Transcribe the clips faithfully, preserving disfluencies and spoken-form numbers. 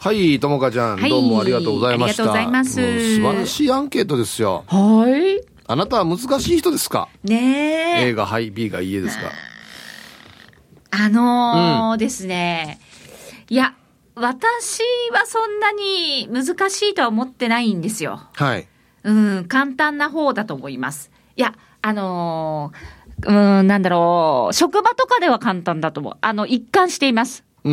はい、ともかちゃん、はい、どうもありがとうございました。 ありがとうございます。 素晴らしいアンケートですよ。 はい。 あなたは難しい人ですか？ ねえ。 A がはい、B がいいえですか？ あのーうん、ですね。いや、私はそんなに難しいとは思ってないんですよ。 はい。 うん、簡単な方だと思います。いや、あのー、うん、なんだろう、職場とかでは簡単だと思う。あの、一貫しています。 うん。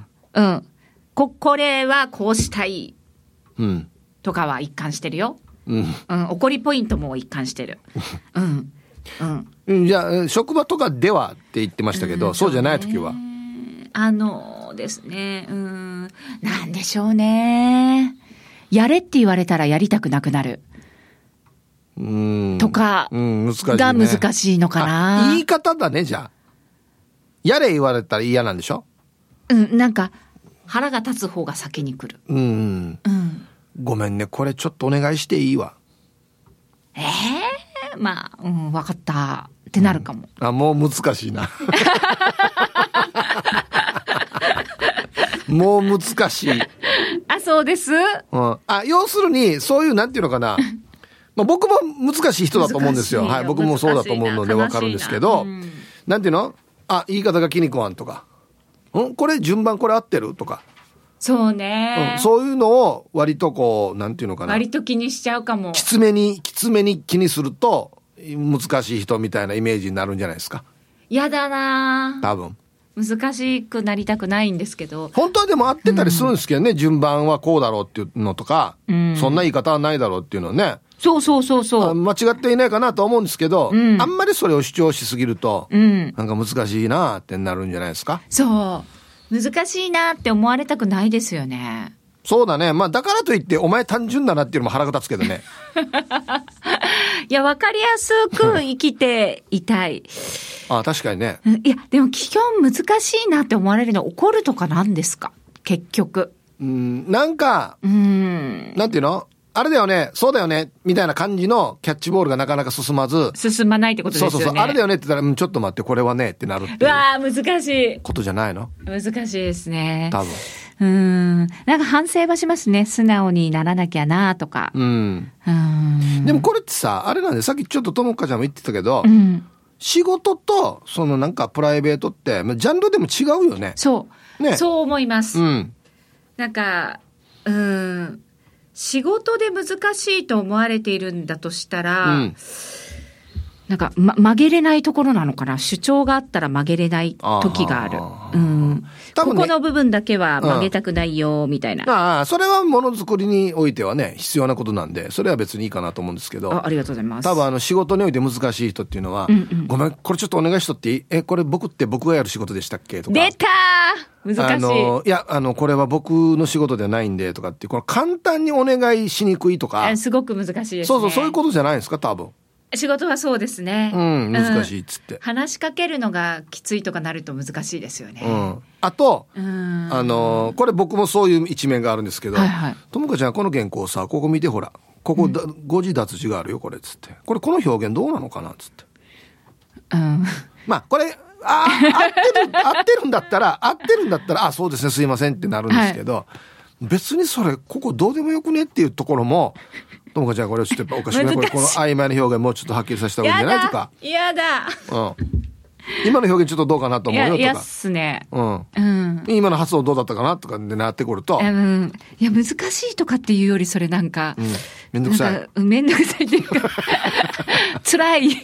うん。こ、これはこうしたい。 うん。 とかは一貫してるよ。 うん。 うん、怒りポイントも一貫してる。うん。 うん。じゃあ、職場とかではって言ってましたけど、うん、そうじゃないときは。 あのですね、うん、なんでしょうね。やれって言われたらやりたくなくなる。 うん。 とか、 うん、難しいね。 が難しいのかな。 言い方だね、じゃあ。やれ言われたら嫌なんでしょ？ うん、なんか、腹が立つ方が先に来る。 うん。うん。ごめんね、これちょっとお願いしていいわ。 ええー、まあ、うん、わかったってなるかも。 うん、あ、もう難しいな。もう難しい。 あ、そうです。うん。 あ、要するに、そういう、なんていうのかな。まあ、僕も難しい人だと思うんですよ。はい、僕もそうだと思うのでわかるんですけど、うん、なんていうの？あ、言い方が気に食わんとか。んこれ順番これ合ってるとか。 そうね、 うん、そういうのを割とこうなんていうのかな、 割と気にしちゃうかも。 きつめにきつめに気にすると難しい人みたいなイメージになるんじゃないですか。 やだな、 多分難しくなりたくないんですけど、 本当はでも合ってたりするんですけどね、うん、順番はこうだろうっていうのとか、うん、そんな言い方はないだろうっていうのはね、 そうそうそうそう、 間違っていないかなと思うんですけど、うん、あんまりそれを主張しすぎると、うん、なんか難しいなってなるんじゃないですか。 そう難しいなって思われたくないですよね。 そうだね。まあだからといってお前単純だなっていうのも腹が立つけどね。 いや分かりやすく生きていたい。 ああ確かにね。 いやでも基本難しいなって思われるの怒るとかなんですか結局。 うんなんかうんなんていうのあれだよねそうだよねみたいな感じのキャッチボールがなかなか進まず進まないってことですよね。 そうそうそうあれだよねって言ったら、うん、ちょっと待ってこれはねってなるっていう。 うわー難しいことじゃないの。 難しいですね多分。 うーんなんか反省はしますね。素直にならなきゃなとか。 うんうんでもこれってさあれなんでさっきちょっとともかちゃんも言ってたけど、 うん、 仕事とそのなんかプライベートってジャンルでも違うよね。 そうねそう思います、 うん、 なんかうーん仕事で難しいと思われているんだとしたら、うん、なんか、ま、曲げれないところなのかな。主張があったら曲げれない時がある。あ、うん、多分ね、ここの部分だけは曲げたくないよ、みたいな。 ああ、それはものづくりにおいてはね、必要なことなんで、それは別にいいかなと思うんですけど。 あ、ありがとうございます。 多分あの仕事において難しい人っていうのは、うんうん、ごめん、これちょっとお願いしとっていい？え、これ僕って僕がやる仕事でしたっけとか。 出たー難しい。 あの、いや、あの、これは僕の仕事ではないんで、とかっていう、この簡単にお願いしにくいとか。 すごく難しいですね。 そうそう、そういうことじゃないですか、多分。 仕事はそうですね。 うん、難しいっつって、うん。 話しかけるのがきついとかなると難しいですよね。 うん。あと、うん、あの、これ僕もそういう一面があるんですけど、はいはい、ともかちゃんこの原稿さ、ここ見てほら、ここ、うん、誤字脱字があるよ、これっつって。これこの表現どうなのかなっつって。 うん。 まあ、これ、あ、合ってる、合ってるんだったら、合ってるんだったら、あ、そうですね、すいませんってなるんですけど、はい、別にそれ、ここどうでもよくねっていうところも、ともかちゃんこれちょっとおかしくないこれこの曖昧な表現もうちょっとはっきりさせた方がいいんじゃないとか。 やだ。 うん。今の表現ちょっとどうかなと思うよとか。 いやっすね。 うん。うん。今の発音どうだったかなとかでなってくると。 うん。いや難しいとかっていうよりそれなんか。うん。 めんどくさい。 めんどくさいっていうか辛い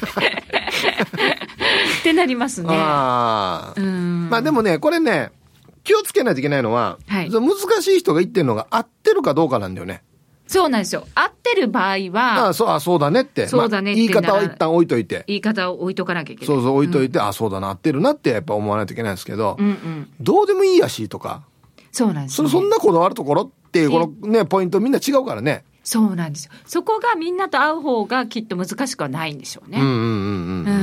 ってなりますね。 ああ。うん。まあでもねこれね気をつけないといけないのは、はい、難しい人が言ってるのが合ってるかどうかなんだよね。 そうなんですよ。合ってる場合は。 ああ、そう、あ、そうだねって。 そうだねって、 まあ、言い方は一旦置いといて。 言い方を置いとかなきゃいけない。 そうそう、置いといて、うん、あ、そうだな、合ってるなってやっぱ思わないといけないんですけど、 うんうん、 どうでもいいやしとか。 そうなんです、ね、 そ, そんなこだわるところっていう、このね、ポイントみんな違うからね。 そうなんですよ。そこがみんなと会う方がきっと難しくはないんでしょうね。 うんうんうんうん。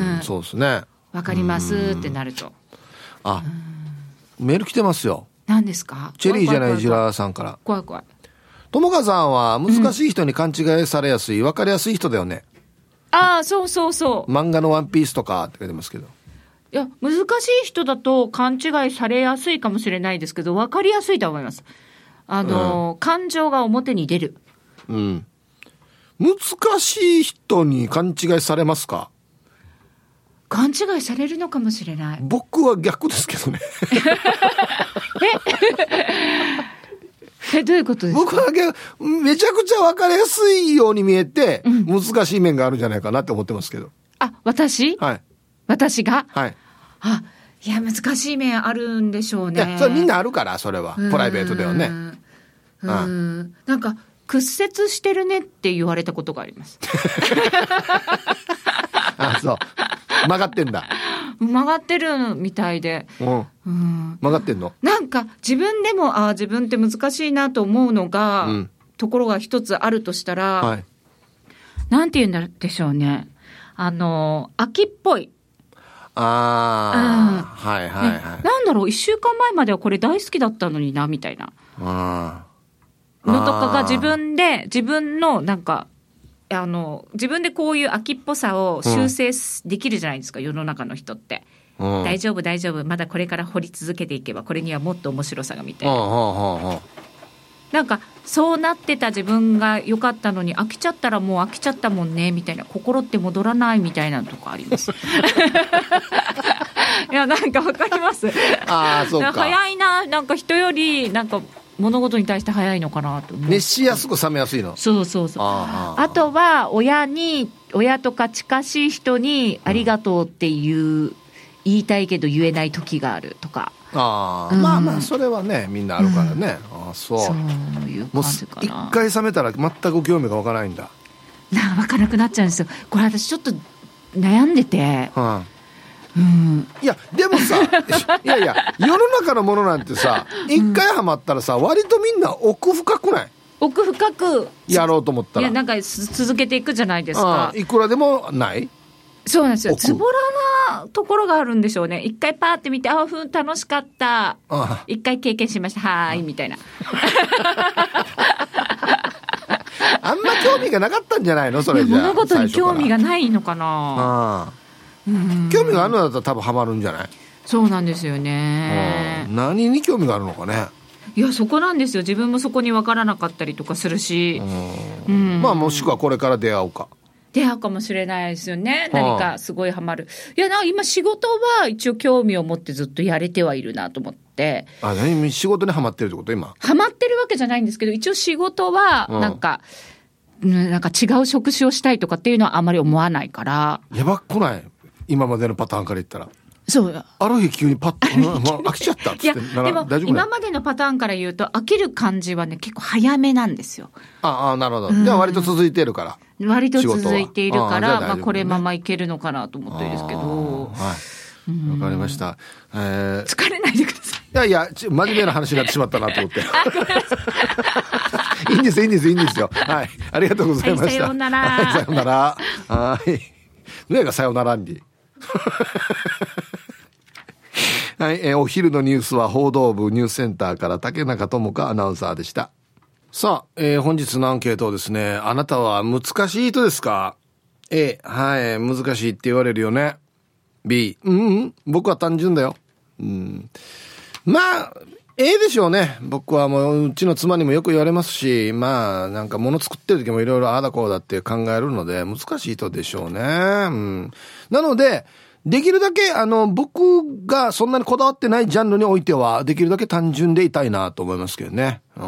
うん、そうですね。 わかりますってなると。 あ、メール来てますよ。 何ですか？ チェリーじゃないジラーさんから。 怖い怖い。 友川さんは難しい人に勘違いされやすい、うん、分かりやすい人だよね。 ああ、そうそうそう。 漫画のワンピースとかって書いてますけど。 いや、難しい人だと勘違いされやすいかもしれないですけど、分かりやすいと思います。 あの、うん、感情が表に出る。 うん。難しい人に勘違いされますか？ 勘違いされるのかもしれない。 僕は逆ですけどね。 ええ、どういうことですか？ 僕はめちゃくちゃ分かりやすいように見えて、うん、難しい面があるんじゃないかなって思ってますけど。 あ、私？ はい。 私が？ はい。 あ、いや難しい面あるんでしょうね。 いや、それみんなあるから、それはプライベートではね。 うん、うん、なんか屈折してるねって言われたことがあります。 あ、そう。曲がってんだ。 曲がってるみたいで、 うんうん、曲がってんの？ なんか自分でもあ自分って難しいなと思うのが、うん、ところが一つあるとしたら、はい、なんて言うんでしょうね、あの秋っぽい。 ああ、うん、はいはいはい。 なんだろう、一週間前まではこれ大好きだったのになみたいなのとかが自分で自分のなんかあの自分でこういう秋っぽさを修正できるじゃないですか、うん、世の中の人って、うん、大丈夫大丈夫、まだこれから掘り続けていけばこれにはもっと面白さがみたいな、うんうんうん、なんかそうなってた自分が良かったのに飽きちゃったらもう飽きちゃったもんねみたいな、心って戻らないみたいなのとかありますいやなんかわかります。 あ、そうか。 早いな、なんか人よりなんか物事に対して早いのかなと思う。 熱しやすく冷めやすいの。 そうそうそう。あ, あとは親に親とか近しい人にありがとうっていう、うん、言いたいけど言えない時があるとか。 あ、うん、まあまあそれはねみんなあるからね、うん、あ、そうそういう感じかな。 もう一回冷めたら全く興味が湧かないんだ。 な湧かなくなっちゃうんですよ。これ私ちょっと悩んでて、 はあ、うん、いやでもさいやいや世の中のものなんてさ一回ハマったらさ、うん、割とみんな奥深くない？ 奥深くやろうと思ったら、 いやなんか続けていくじゃないですか。 ああ、いくらでもない？ そうなんですよ。ズボラなところがあるんでしょうね。一回パーって見て、ああ、ふん楽しかった、一回経験しました、はーいみたいなあんま興味がなかったんじゃないの？それじゃ物事に興味がないのかな。 あ、うん、興味があるのだったら多分ハマるんじゃない？ そうなんですよね。 何に興味があるのかね。 いやそこなんですよ。自分もそこに分からなかったりとかするし、 うん、まあもしくはこれから出会うか出会うかもしれないですよね。何かすごいハマる。いやなんか今仕事は一応興味を持ってずっとやれてはいるなと思って。 あ、何仕事にハマってるってこと？今ハマってるわけじゃないんですけど、一応仕事はなんか、うん、なんか違う職種をしたいとかっていうのはあまり思わないから。 やばくない？今までのパターンから言ったら。 そうある日急にパッと、うん、飽きちゃったっつって。いやでも今までのパターンから言うと飽きる感じはね結構早めなんですよ。 ああ、なるほど。じゃあ割と続いているから。 割と続いているから、あ、まあ、これままいけるのかなと思ってるんですけど。 はい。わかりました。えー、 疲れないでください。 いやいや、真面目な話になってしまったなと思って。いいんです、いいんです、いいんですよ。はい。ありがとうございました。はい、 さようなら。 はい、さようなら。はい。何がさようならんり。はい、えー、お昼のニュースは報道部ニュースセンターから竹中智香アナウンサーでした。さあ、えー、本日のアンケートですね。あなたは難しい人ですか？ A、はい、難しいって言われるよね。B、うん、うん、僕は単純だよ。うん、まあ A でしょうね。僕はもううちの妻にもよく言われますし、まあなんか物作ってる時もいろいろああだこうだって考えるので難しい人でしょうね。うん、なのでできるだけあの僕がそんなにこだわってないジャンルにおいてはできるだけ単純でいたいなと思いますけどね。うん、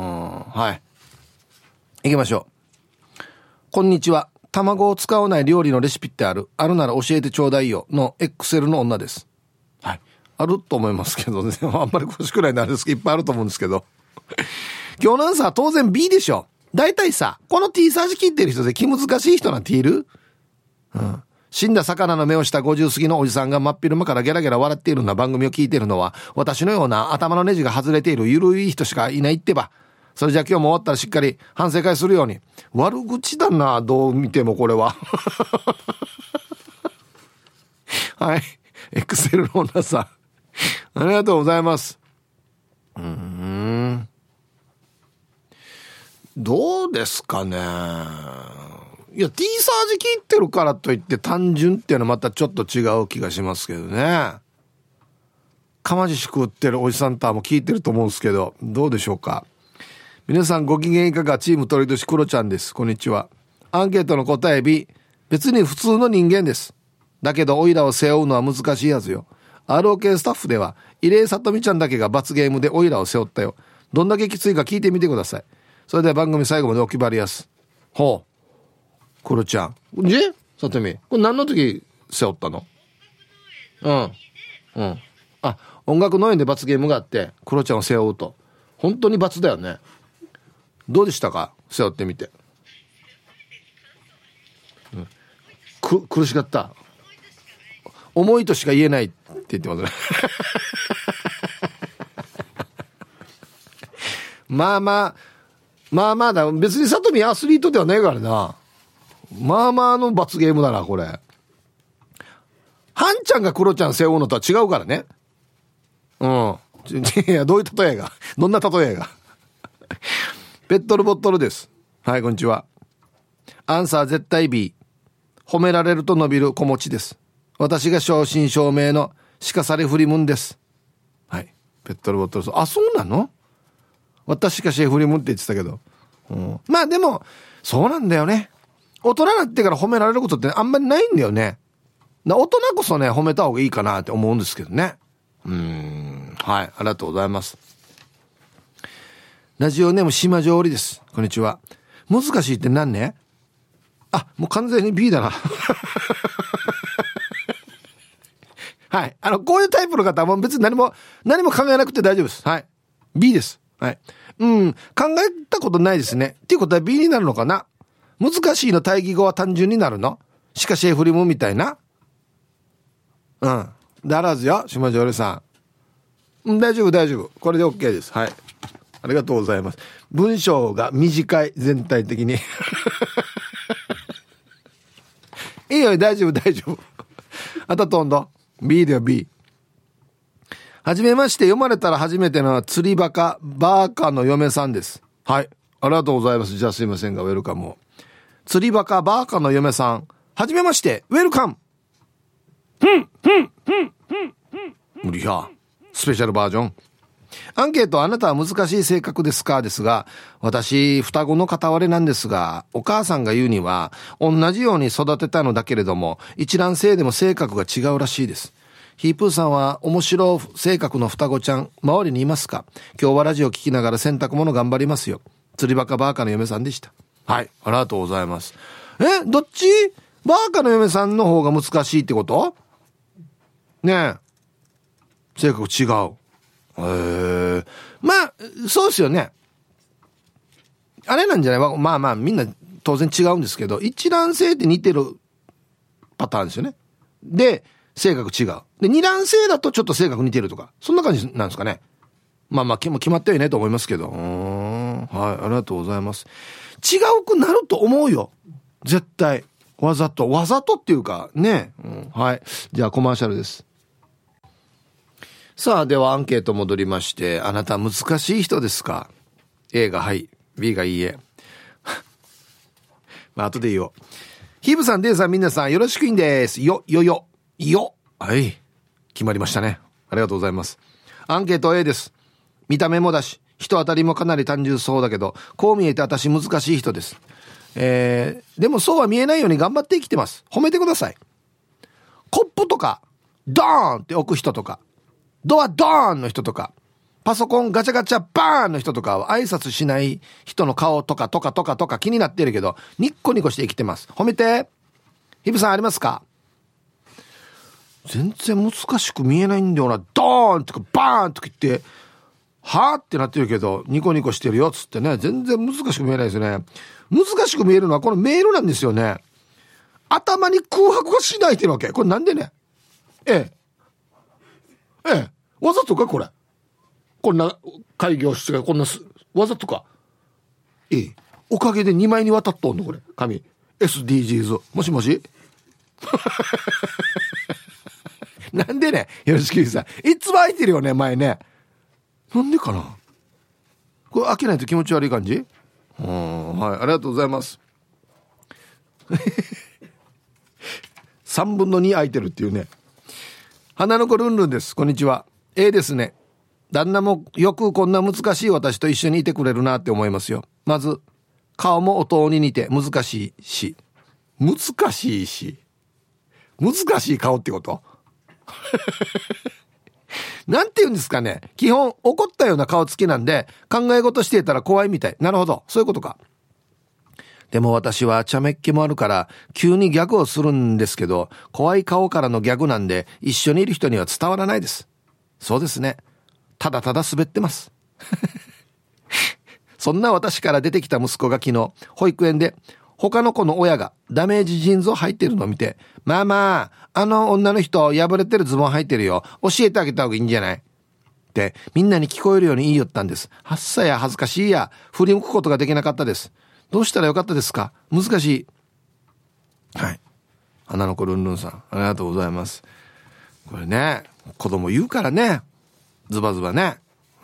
はい。行きましょう。こんにちは。卵を使わない料理のレシピってある？あるなら教えてちょうだいよのエクセルの女です。はい。あると思いますけどね。あんまり詳しくないなんですけどいっぱいあると思うんですけど。今日のアンサーは当然 B でしょ。だいたいさ、この T サージ切ってる人で気難しい人なんている？うん。死んだ魚の目をしたごじゅう過ぎのおじさんが真っ昼間からゲラゲラ笑っているような番組を聞いているのは私のような頭のネジが外れているゆるい人しかいないってば。それじゃ今日も終わったらしっかり反省会するように。悪口だな、どう見てもこれは。はい。エクセルの女さん。ありがとうございます。うーん。どうですかね。いや T サージ切ってるからといって単純っていうのはまたちょっと違う気がしますけどね。かまじしく売ってるおじさんとはも聞いてると思うんですけどどうでしょうか。 皆さんご機嫌いかが。チーム鳥年クロちゃんです。こんにちは。アンケートの答え B。 別に普通の人間です。だけどオイラを背負うのは難しいはずよ。 アールオーケー スタッフでは入江さとみちゃんだけが罰ゲームでオイラを背負ったよ。どんだけきついか聞いてみてください。それでは番組最後までお決まりやす。ほうクロちゃんじさとみ、これ何の時背負ったの？うんうんあ、音楽農園で罰ゲームがあってクロちゃんを背負うと本当に罰だよね。どうでしたか、背負ってみて。うん、く苦しかった。重いとしか言えないって言ってますねまあまあまあまあだ、別にさとみアスリートではないからな。まあまあの罰ゲームだなこれ。ハンちゃんがクロちゃん背負うのとは違うからね。うんいやどういう例えがどんな例えがペットルボットルです。はい、こんにちは。アンサー絶対 B。 褒められると伸びる子持ちです。私が正真正銘のしかされ振りむんです。はい、ペットルボットル。あ、そうなの？私がシェフリムって言ってたけど、うん、まあでもそうなんだよね。大人になってから褒められることってあんまりないんだよね。大人こそね褒めた方がいいかなって思うんですけどね。うーん、はい、ありがとうございます。ラジオネーム島上織です。こんにちは。難しいって何ね？あ、もう完全に B だなはい、あのこういうタイプの方はもう別に何も何も考えなくて大丈夫です。はい、 B です。はい、うん、考えたことないですね。っていうことは B になるのかな。難しいの対義語は単純になるの？しかしエフリムみたいな。うんだらずよ島上織さん。うん、大丈夫大丈夫、これで OK です。はい、ありがとうございます。文章が短い全体的にいいよ大丈夫大丈夫あたとんど B だよ B。はじめまして、読まれたら初めての釣りバカバーカの嫁さんです。はい、ありがとうございます。じゃあすいませんがウェルカムを。釣りバカバーカの嫁さん、はじめましてウェルカム。無理やスペシャルバージョン。アンケート、あなたは難しい性格ですかですが、私双子の片割れなんですが、お母さんが言うには同じように育てたのだけれども一卵性でも性格が違うらしいです。ヒープーさんは面白性格の双子ちゃん周りにいますか？今日はラジオ聞きながら洗濯物頑張りますよ。釣りバカバーカの嫁さんでした。はい、ありがとうございます。え、どっち？バーカの嫁さんの方が難しいってことねえ、性格違う。へえ、まあそうですよね。あれなんじゃない？まあまあみんな当然違うんですけど、一卵性って似てるパターンですよね。で性格違う。で二卵性だとちょっと性格似てるとか、そんな感じなんですかね。まあまあ決まったよねと思いますけど。うーん、はい、ありがとうございます。違うくなると思うよ絶対。わざとわざとっていうかね、うん、はい、じゃあコマーシャルです。さあではアンケート戻りまして、あなた難しい人ですか？ A がはい、 B がいいえまあ後で言おう。ヒブさん、デイさん、皆さんよろしくいんですよよよよ。はい、決まりましたね。ありがとうございます。アンケート A です。見た目もだし人当たりもかなり単純そうだけど、こう見えて私難しい人です。えー、でもそうは見えないように頑張って生きてます。褒めてください。コップとかドーンって置く人とか、ドアドーンの人とか、パソコンガチャガチャバーンの人とかは挨拶しない人の顔とかとかとかとか気になってるけど、ニッコニコして生きてます。褒めて。ヒブさんありますか？全然難しく見えないんだよな。ドーンとかバーンとか言ってはーってなってるけどニコニコしてるよっつってね、全然難しく見えないですね。難しく見えるのはこのメールなんですよね。頭に空白がしないってるわけ。これなんでね。ええええ、わざとかこれ、こんな開業してこんなすわざとか。ええ、おかげでにまいにわたっとんのこれ紙 エスディージーズ。 もしもしなんでね、よろしくさんいつも空いてるよね前ね。なんでかなこれ、開けないと気持ち悪い感じ。うん、はい、ありがとうございますさんぶんのに空いてるっていうね。花の子ルンルンです。こんにちは。 A ですね。 旦那もよくこんな難しい私と一緒にいてくれるなって思いますよ。まず顔も音に似て難しいし難しいし難しい顔ってことなんて言うんですかね。基本怒ったような顔つきなんで考え事していたら怖いみたい。なるほど、そういうことか。でも私は茶目っ気もあるから急にギャグをするんですけど、怖い顔からのギャグなんで一緒にいる人には伝わらないです。そうですね、ただただ滑ってますそんな私から出てきた息子が昨日保育園で他の子の親がダメージジーンズを履いてるのを見て、ママあの女の人破れてるズボン履いてるよ、教えてあげた方がいいんじゃないってみんなに聞こえるように言いよったんです。はっさや恥ずかしいや振り向くことができなかったです。どうしたらよかったですか。難しい。はい、花の子ルンルンさんありがとうございます。これね、子供言うからね、ズバズバね。うん、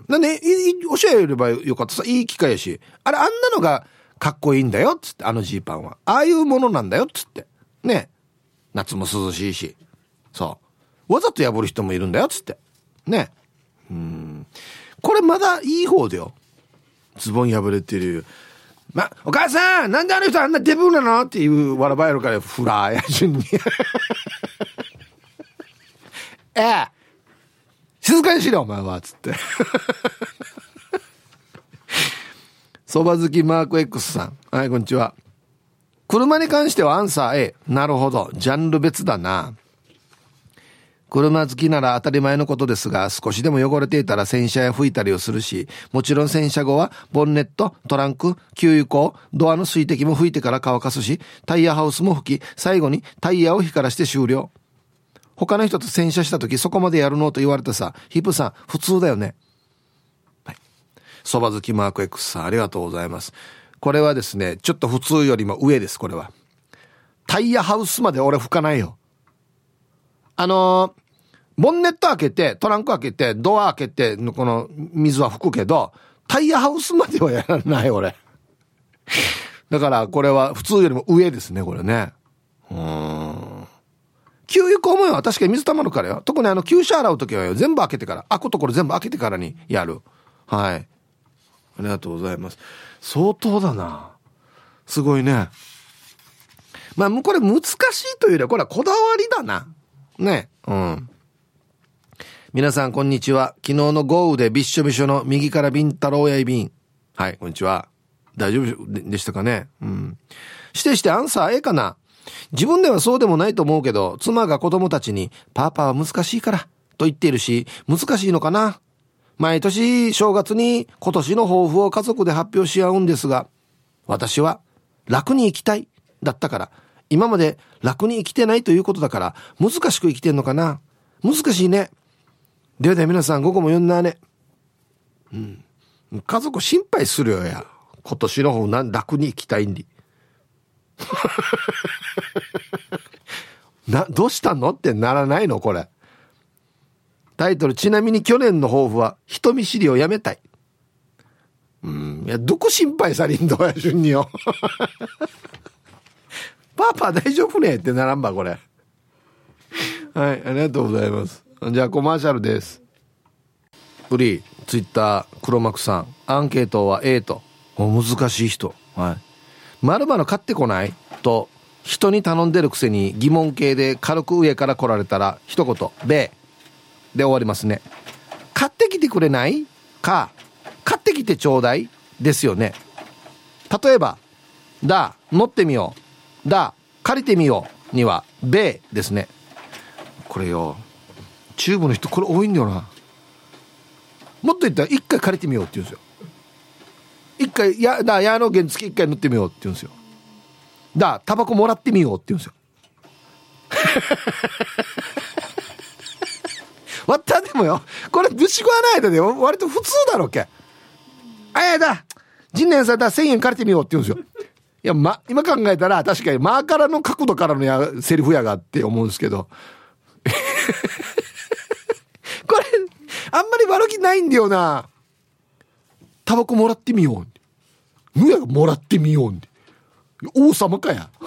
なんで教えればよかったさ、いい機会やし、あれあんなのがかっこいいんだよっつって、あのジーパンはああいうものなんだよっつってね、夏も涼しいし、そうわざと破る人もいるんだよっつってね。うん、これまだいい方だよ。ズボン破れてる、ま、お母さんなんであの人あんなデブなのっていうわらばやるからフラーや順にええ静かにしろお前はつってそば好きマーク X さん、はいこんにちは。車に関してはアンサー A。 なるほど、ジャンル別だな。車好きなら当たり前のことですが、少しでも汚れていたら洗車や拭いたりをするし、もちろん洗車後はボンネット、トランク、給油口、ドアの水滴も拭いてから乾かすし、タイヤハウスも拭き、最後にタイヤを光らして終了。他の人と洗車した時そこまでやるのと言われてさ、ヒップさん普通だよね。はい、そば好きマーク X さんありがとうございます。これはですねちょっと普通よりも上です。これはタイヤハウスまで俺拭かないよ。あのー、ボンネット開けてトランク開けてドア開けてこの水は拭くけど、タイヤハウスまではやらない俺だからこれは普通よりも上ですねこれね。うーん、給油口もよ確かに水溜まるからよ。特にあの旧車洗うときはよ全部開けてから、開くところ全部開けてからにやる。はい、ありがとうございます。相当だな、すごいね。まあこれ難しいというよりはこれはこだわりだなね。うん。皆さんこんにちは。昨日の豪雨でびっしょびしょの右からビンタロウやいびん。はいこんにちは。大丈夫でしたかね。うん。してしてアンサー A かな。自分ではそうでもないと思うけど、妻が子供たちにパパは難しいからと言っているし、難しいのかな。毎年正月に今年の抱負を家族で発表し合うんですが、私は楽に生きたいだったから、今まで楽に生きてないということだから難しく生きてんのかな。難しいね。ではでは皆さん午後も読んだね。うん。家族心配するよや。今年の方なん楽に生きたいんで。な、どうしたのってならないのこれ。タイトル、ちなみに去年の抱負は人見知りをやめたい。うん、いやどこ心配されんだや順によ。パパ大丈夫ねってならんばこれ。はい、ありがとうございます。じゃあコマーシャルです。フリーツイッター黒幕さん、アンケートは A と。難しい人。はい。まるまる買ってこないと人に頼んでるくせに疑問形で軽く上から来られたら一言 B で終わりますね。買ってきてくれないか買ってきてちょうだいですよね。例えばだ乗ってみよう、だ借りてみようには B ですね。これよ中部の人これ多いんだよな。もっと言ったら一回借りてみようって言うんですよ。一回やだ矢の原付一回塗ってみようって言うんですよ。だタバコもらってみようって言うんですよ。わったでもよこれぶち食わないでよ割と普通だろっけ。あやだ人年さんだせんえん借りてみようって言うんですよ。いや、ま、今考えたら確かに間からの角度からのやセリフやがって思うんですけどこれあんまり悪気ないんだよな。タバコもらってみようむやがもらってみよう王様かや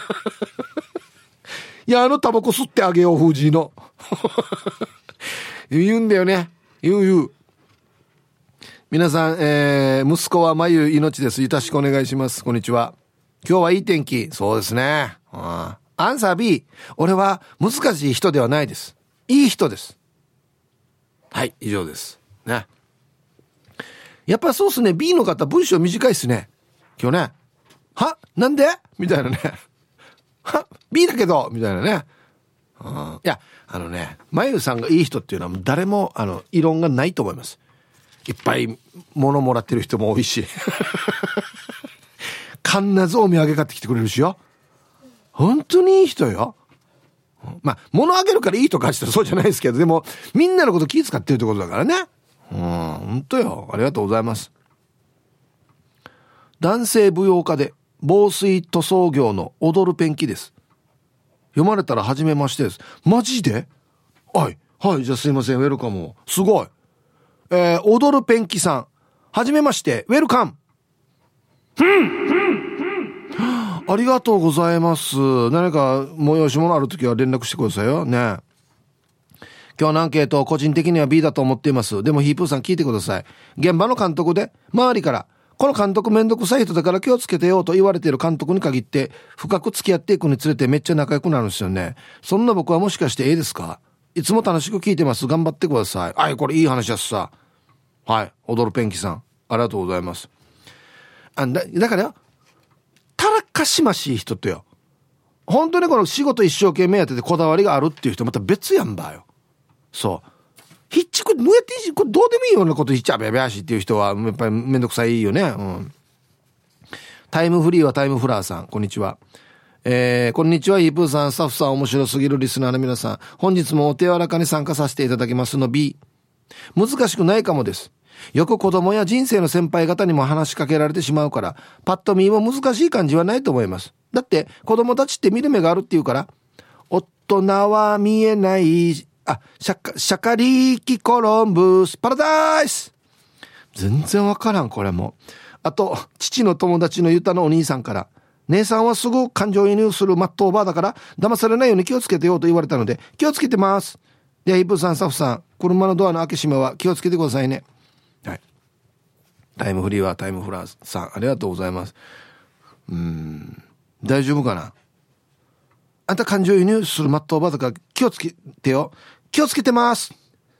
いやあのタバコ吸ってあげよう藤井の言うんだよね。言う言う。皆さん、えー、息子はまゆ命です。よろしくお願いします。こんにちは。今日はいい天気。そうですね。あアンサー B。俺は難しい人ではないです。いい人です。はい、以上です。ね。やっぱそうっすね。B の方、文章短いっすね。今日ね。はなんでみたいなね。は B だけどみたいなね。あいや、あのね、まゆさんがいい人っていうのは誰も、あの、異論がないと思います。いっぱい物もらってる人も多いし。必ずお土産買ってきてくれるしよ。本当にいい人よ。まあ、物あげるからいいとかしたらそうじゃないですけど、でも、みんなのこと気遣ってるってことだからね。うん、本当よ。ありがとうございます。男性舞踊家で、防水塗装業の踊るペンキです。読まれたら初めましてです。マジで？はい。はい。じゃあすいません。ウェルカム。すごい。えー、踊るペンキさん。はじめまして。ウェルカム。ありがとうございます。何か催し物あるときは連絡してくださいよ。ね。今日のアンケート、個人的には B だと思っています。でもヒープーさん聞いてください。現場の監督で、周りから、この監督めんどくさい人だから気をつけてよと言われている監督に限って、深く付き合っていくにつれてめっちゃ仲良くなるんですよね。そんな僕はもしかしてええですか？いつも楽しく聞いてます。頑張ってください。はい、これいい話やすさ。はい、踊るペンキさん。ありがとうございます。あだ、だからよ、たらかしましい人とよ。本当にこの仕事一生懸命やっててこだわりがあるっていう人また別やんばよ。そう。ひっちく、どうやっていいこれどうでもいいようなことひっちゃべやべやしっていう人はやっぱりめんどくさいよね。うん。タイムフリーはタイムフラーさん。こんにちは。えー、こんにちは。イープーさん、スタッフさん、面白すぎるリスナーの皆さん。本日もお手柔らかに参加させていただきますの B。難しくないかもです。よく子供や人生の先輩方にも話しかけられてしまうから、パッと見も難しい感じはないと思います。だって子供たちって見る目があるっていうから、大人は見えない、あ、シャカ、シャカリキコロンブスパラダイス。全然わからんこれも。あと父の友達のユタのお兄さんから、姉さんはすぐ感情移入するマットオーバーだから騙されないように気をつけてよと言われたので気をつけてます。ではイブさん、スタッフさん、車のドアの開け閉めは気をつけてくださいね。はい。タイムフリーはタイムフラーさん、ありがとうございます。うーん、大丈夫かな。あんた感情移入するマットオーバーだから気をつけてよ。気をつけてます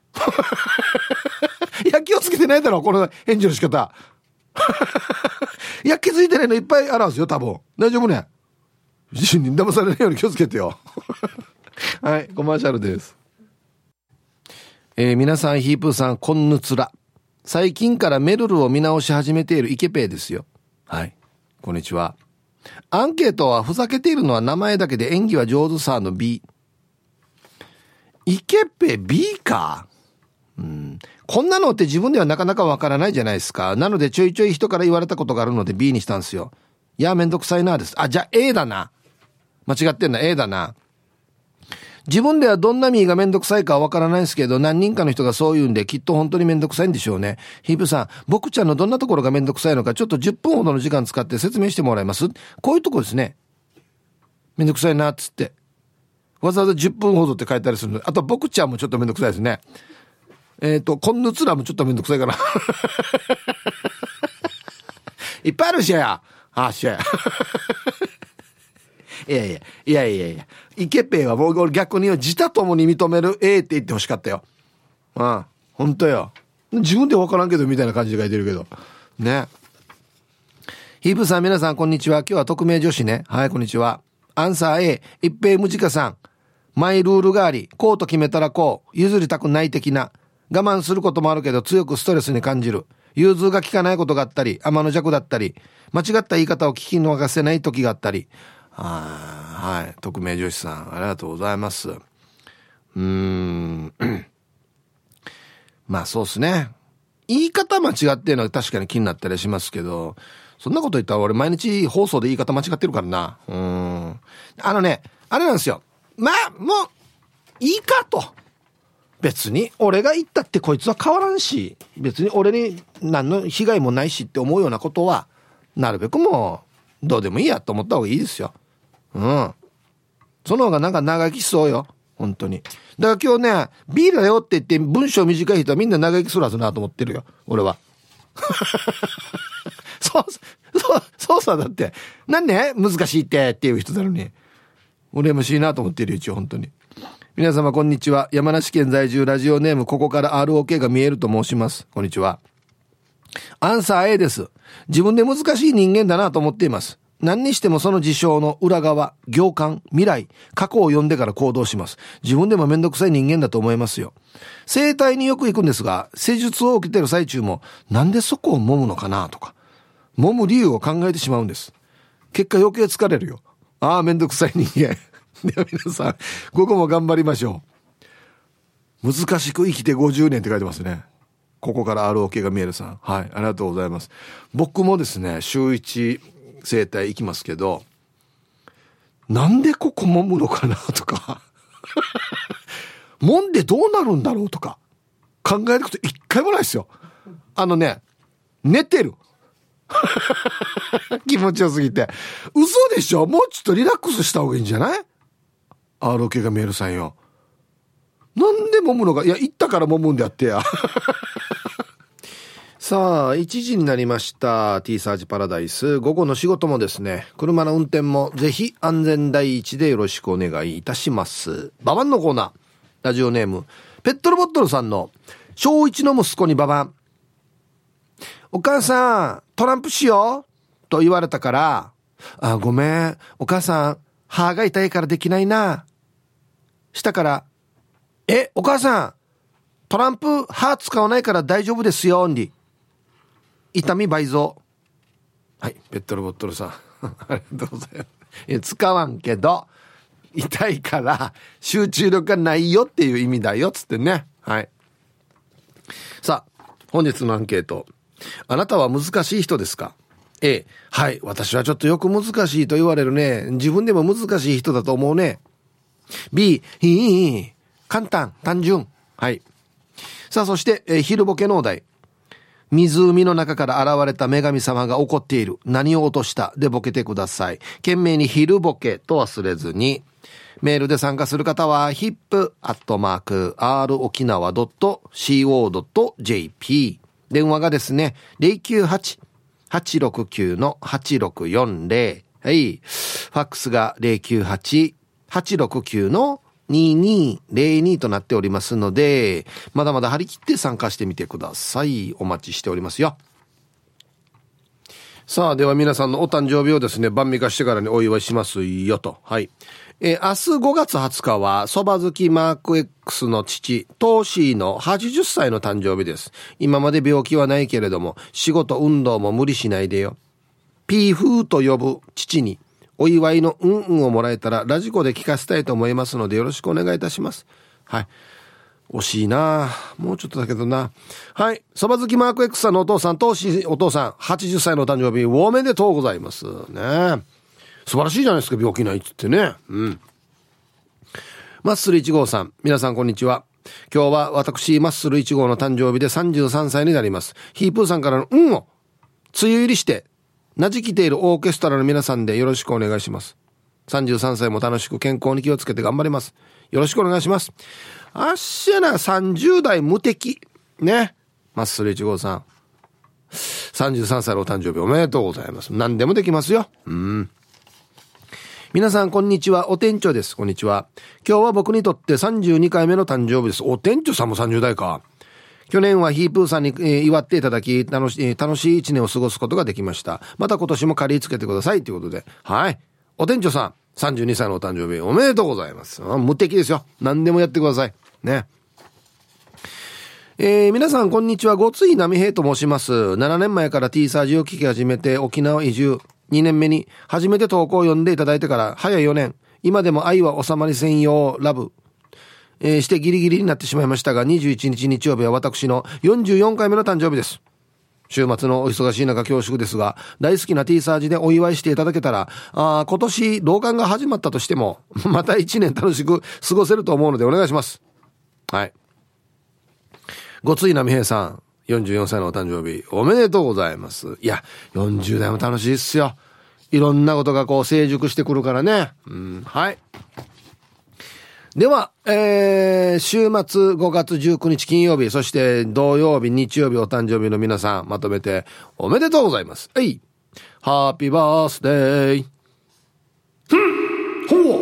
いや気をつけてないだろこの返事の仕方いや気づいてないのいっぱいあるんですよ多分。大丈夫ね。自身に騙されないように気をつけてよはい、コマーシャルです。えー、皆さんヒープーさん、こんぬつら。最近からメルルを見直し始めているイケペイですよ。はい、こんにちは。アンケートはふざけているのは名前だけで演技は上手さの B。 イケペイ B か。うん、こんなのって自分ではなかなかわからないじゃないですか。なのでちょいちょい人から言われたことがあるので B にしたんですよ。いやめんどくさいなです。あ、じゃあ A だな。間違ってんな。 A だな。自分ではどんなミーがめんどくさいかはわからないですけど、何人かの人がそう言うんできっと本当にめんどくさいんでしょうね。ヒープさん、僕ちゃんのどんなところがめんどくさいのかちょっとじゅっぷんほどの時間使って説明してもらえます？こういうとこですね。めんどくさいなっつってわざわざじゅっぷんほどって書いたりするの。あと僕ちゃんもちょっとめんどくさいですね。えっとこんぬつらもちょっとめんどくさいかないっぱいあるしやあっしゃいやいやいやいやいやイケペイは僕逆に自他ともに認める A って言ってほしかったよ。ああ本当よ。自分で分からんけどみたいな感じで書いてるけどね。ヒープさん、皆さんこんにちは。今日は匿名女子ね。はい、こんにちは。アンサー A、 一平無時さん。マイルールがあり、こうと決めたらこう、譲りたくない的な。我慢することもあるけど強くストレスに感じる。融通が効かないことがあったり、天の弱だったり、間違った言い方を聞き逃せない時があったり。あ、はい、匿名女子さん、ありがとうございます。うーんまあそうですね。言い方間違ってるのは確かに気になったりしますけど、そんなこと言ったら俺毎日放送で言い方間違ってるからな。うーんあのね、あれなんですよ。まあもういいかと。別に俺が言ったってこいつは変わらんし、別に俺に何の被害もないしって思うようなことはなるべくもうどうでもいいやと思った方がいいですよ。うん。その方がなんか長生きしそうよ。 本当に。だから今日ね B だよって言って文章短い人はみんな長生きするはずなと思ってるよ俺は。そうそうそうさだってなんで難しいってっていう人なのに羨ましいなと思ってるよ一応本当に。皆様こんにちは。山梨県在住ラジオネームここから アールオーケー が見えると申します。こんにちは。アンサー A です。自分で難しい人間だなと思っています。何にしてもその事象の裏側、行間、未来、過去を読んでから行動します。自分でもめんどくさい人間だと思いますよ。整体によく行くんですが、施術を受けてる最中もなんでそこを揉むのかなとか揉む理由を考えてしまうんです。結果余計疲れるよ。ああめんどくさい人間。では皆さん午後も頑張りましょう。難しく生きてごじゅうねんって書いてますね。ここから アールオーケー が見えるさん、はい、ありがとうございます。僕もですね週いち整体行きますけど、なんでここ揉むのかなとか揉んでどうなるんだろうとか考えること一回もないですよ。あのね寝てる気持ちよすぎて。嘘でしょ。もうちょっとリラックスした方がいいんじゃない？ アールオーケー が見えるさんよ。なんで揉むのか。いや行ったから揉むんであってやさあいちじになりました。 T サージパラダイス、午後の仕事もですね車の運転もぜひ安全第一でよろしくお願いいたします。ババンのコーナー。ラジオネームペットルボットルさんの小一の息子にババン。お母さんトランプしようと言われたから、あごめんお母さん歯が痛いからできないな。したからえお母さんトランプ歯使わないから大丈夫ですよに痛み倍増。はいペットルボットルさんありがとうございます。使わんけど痛いから集中力がないよっていう意味だよつってね。はい。さあ本日のアンケート。あなたは難しい人ですか？ A、 はい私はちょっとよく難しいと言われるね。自分でも難しい人だと思うね。 B、 いいいい簡単単純。はい。さあそして、えー、昼ボケのお題。湖の中から現れた女神様が怒っている。何を落としたでボケてください。懸命に昼ボケと忘れずに。メールで参加する方は ヒップ アットマーク アール 沖縄 ドット シーオー ドット ジェーピー。電話がですね ゼロきゅうはち はちろくきゅう はちろくよんゼロ。はい。ファックスが ゼロきゅうはち はちろくきゅう ににゼロにとなっておりますので、まだまだ張り切って参加してみてください。お待ちしておりますよ。さあでは皆さんのお誕生日をですね晩御飯してからにお祝いしますよと。はい。えー、明日ごがつはつかはそば好きマーク X の父トーシーのはちじゅっさいの誕生日です。今まで病気はないけれども仕事運動も無理しないでよ。ピーフーと呼ぶ父にお祝いのうんうんをもらえたらラジコで聞かせたいと思いますのでよろしくお願いいたします。はい。惜しいなもうちょっとだけどな。はい。そば好きマーク X さんのお父さんトーシーお父さんはちじゅっさいのお誕生日おめでとうございますね。素晴らしいじゃないですか病気ないっつってね。うん。マッスルいち号さん皆さんこんにちは。今日は私マッスルいち号の誕生日でさんじゅうさんさいになります。ヒープーさんからの運を梅雨入りしてなじきているオーケストラの皆さんでよろしくお願いします。さんじゅうさんさいも楽しく健康に気をつけて頑張ります。よろしくお願いします。あっしゃなさんじゅう代無敵ね。マッスルいち号さんさんじゅうさんさいのお誕生日おめでとうございます。何でもできますよ。うん。皆さんこんにちは。お店長です。こんにちは。今日は僕にとってさんじゅうにかいめの誕生日です。お店長さんもさんじゅう代か。去年はヒープーさんに、えー、祝っていただき楽し、えー、楽しい一年を過ごすことができました。また今年も借りつけてくださいということで、はい。お店長さんさんじゅうにさいのお誕生日おめでとうございます。無敵ですよ。何でもやってくださいね。えー、皆さんこんにちは。ごつい波平と申します。ななねんまえから T サージを聞き始めて沖縄移住にねんめに初めて投稿を読んでいただいてから早よねん。今でも愛は収まり専用ラブ、えー、してギリギリになってしまいましたがにじゅういちにち日曜日は私のよんじゅうよんかいめの誕生日です。週末のお忙しい中恐縮ですが大好きな T サージでお祝いしていただけたらあ今年同感が始まったとしてもまたいちねん楽しく過ごせると思うのでお願いします。はい。ごついなみへいさんよんじゅうよんさいのお誕生日おめでとうございます。いやよんじゅう代も楽しいっすよ。いろんなことがこう成熟してくるからね。うん。はい。 では、えー、週末ごがつじゅうくにち金曜日、そして土曜日、日曜日お誕生日の皆さん、まとめておめでとうございます。はい。ハッピーバースデー。ほ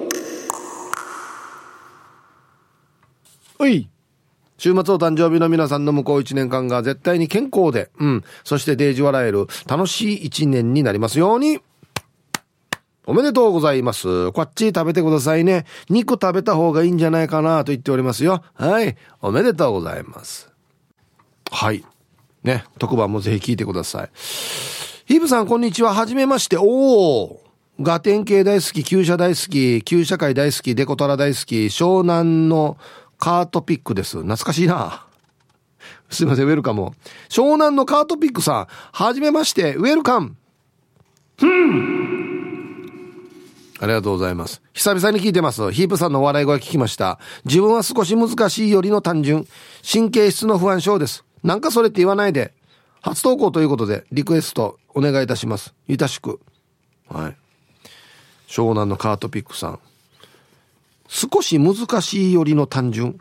う。はい。週末お誕生日の皆さんの向こういちねんかんが絶対に健康で、うん、そしてデージ笑える楽しいいちねんになりますように。おめでとうございます。こっち食べてくださいね。肉食べた方がいいんじゃないかなと言っておりますよ。はい。おめでとうございます。はい。ね。特番もぜひ聞いてください。ヒブさん、こんにちは。はじめまして。おー。ガテン系大好き、旧車大好き、旧社会大好き、デコトラ大好き、湘南のカートピックです。懐かしいな。すいません、ウェルカム。湘南のカートピックさん、はじめまして、ウェルカム。ふん。ありがとうございます。久々に聞いてます。ヒープさんの笑い声聞きました。自分は少し難しいよりの単純。神経質の不安症です。なんかそれって言わないで。初投稿ということで、リクエストお願いいたします。いたしく。はい。湘南のカートピックさん。少し難しいよりの単純。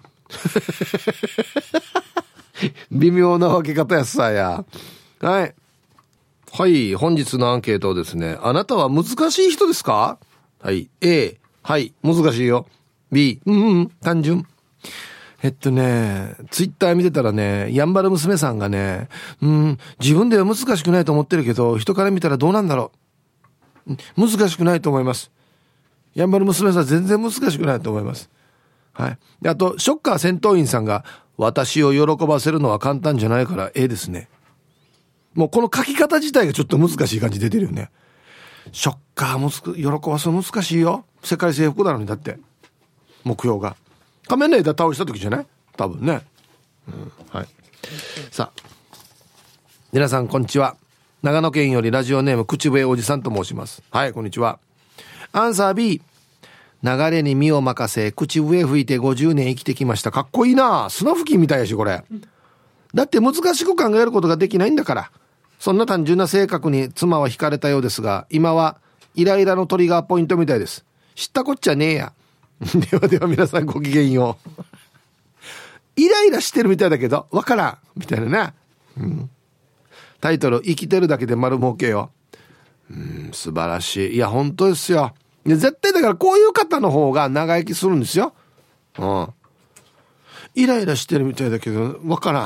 微妙な分け方やさや。はい。はい。本日のアンケートですね。あなたは難しい人ですか？はい。A。はい。難しいよ。B。うんうん。単純。えっとね、ツイッター見てたらね、やんばる娘さんがね、うん、自分では難しくないと思ってるけど、人から見たらどうなんだろう。難しくないと思います。やんばる娘さん全然難しくないと思います。はい。で、あと、ショッカー戦闘員さんが、私を喜ばせるのは簡単じゃないから、A ですね。もうこの書き方自体がちょっと難しい感じ出てるよね。ショッカーもつく、喜ばすの難しいよ。世界征服なのに、だって。目標が。仮面ライダー倒した時じゃない？多分ね。うん、はい。さあ。皆さん、こんにちは。長野県よりラジオネーム、口笛おじさんと申します。はい、こんにちは。アンサー B。流れに身を任せ、口笛吹いてごじゅうねん生きてきました。かっこいいな。砂吹きみたいやし、これ。だって難しく考えることができないんだから。そんな単純な性格に妻は惹かれたようですが、今はイライラのトリガーポイントみたいです。知ったこっちゃねえや。ではでは皆さんごきげんよう。イライラしてるみたいだけど、わからん。みたいなね。うん、タイトル、生きてるだけで丸儲けよ。うん、素晴らしい。いや、本当ですよ。絶対だからこういう方の方が長生きするんですよ。うん。イライラしてるみたいだけど、わからん。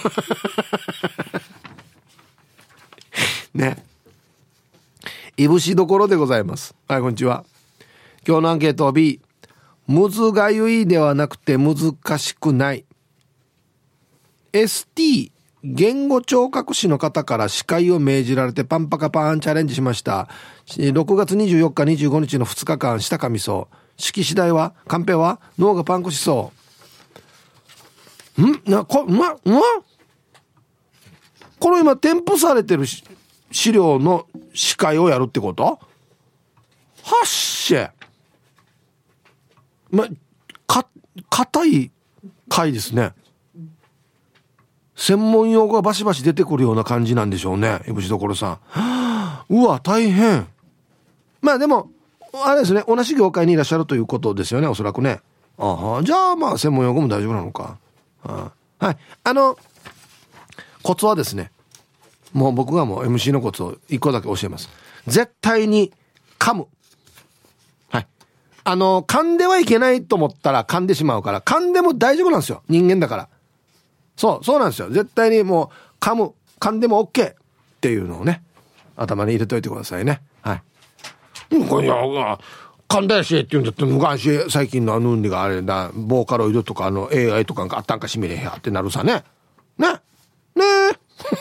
ね。いぶしどころでございます。はい、こんにちは。今日のアンケート B。むずがゆいではなくて難しくない。エスティー 言語聴覚士の方から司会を命じられてパンパカパーンチャレンジしました。ろくがつにじゅうよっかにじゅうごにちのふつかかん舌噛みそう。式次第はカンペは脳がパンクしそう。んなこまんこの今添付されてる資料の司会をやるってこと？はっしゃ。ま、か、硬い回ですね。専門用語がバシバシ出てくるような感じなんでしょうね。いぶしどころさん。はあ、うわ、大変。まあでも、あれですね、同じ業界にいらっしゃるということですよね、おそらくね。あは、じゃあまあ専門用語も大丈夫なのか。はあ、はい。あの、コツはですね、もう僕がもう エムシー のコツを一個だけ教えます。絶対に噛む。はい。あの、噛んではいけないと思ったら噛んでしまうから、噛んでも大丈夫なんですよ。人間だから。そう、そうなんですよ。絶対にもう噛む、噛んでも OK っていうのをね、頭に入れといてくださいね。はい。うん、これや、噛んだやしって言うんだって昔、最近のあの運理があれだ、ボーカロイドとかあの エーアイ とかがあったんかしめれへやってなるさね。ね。ねえ。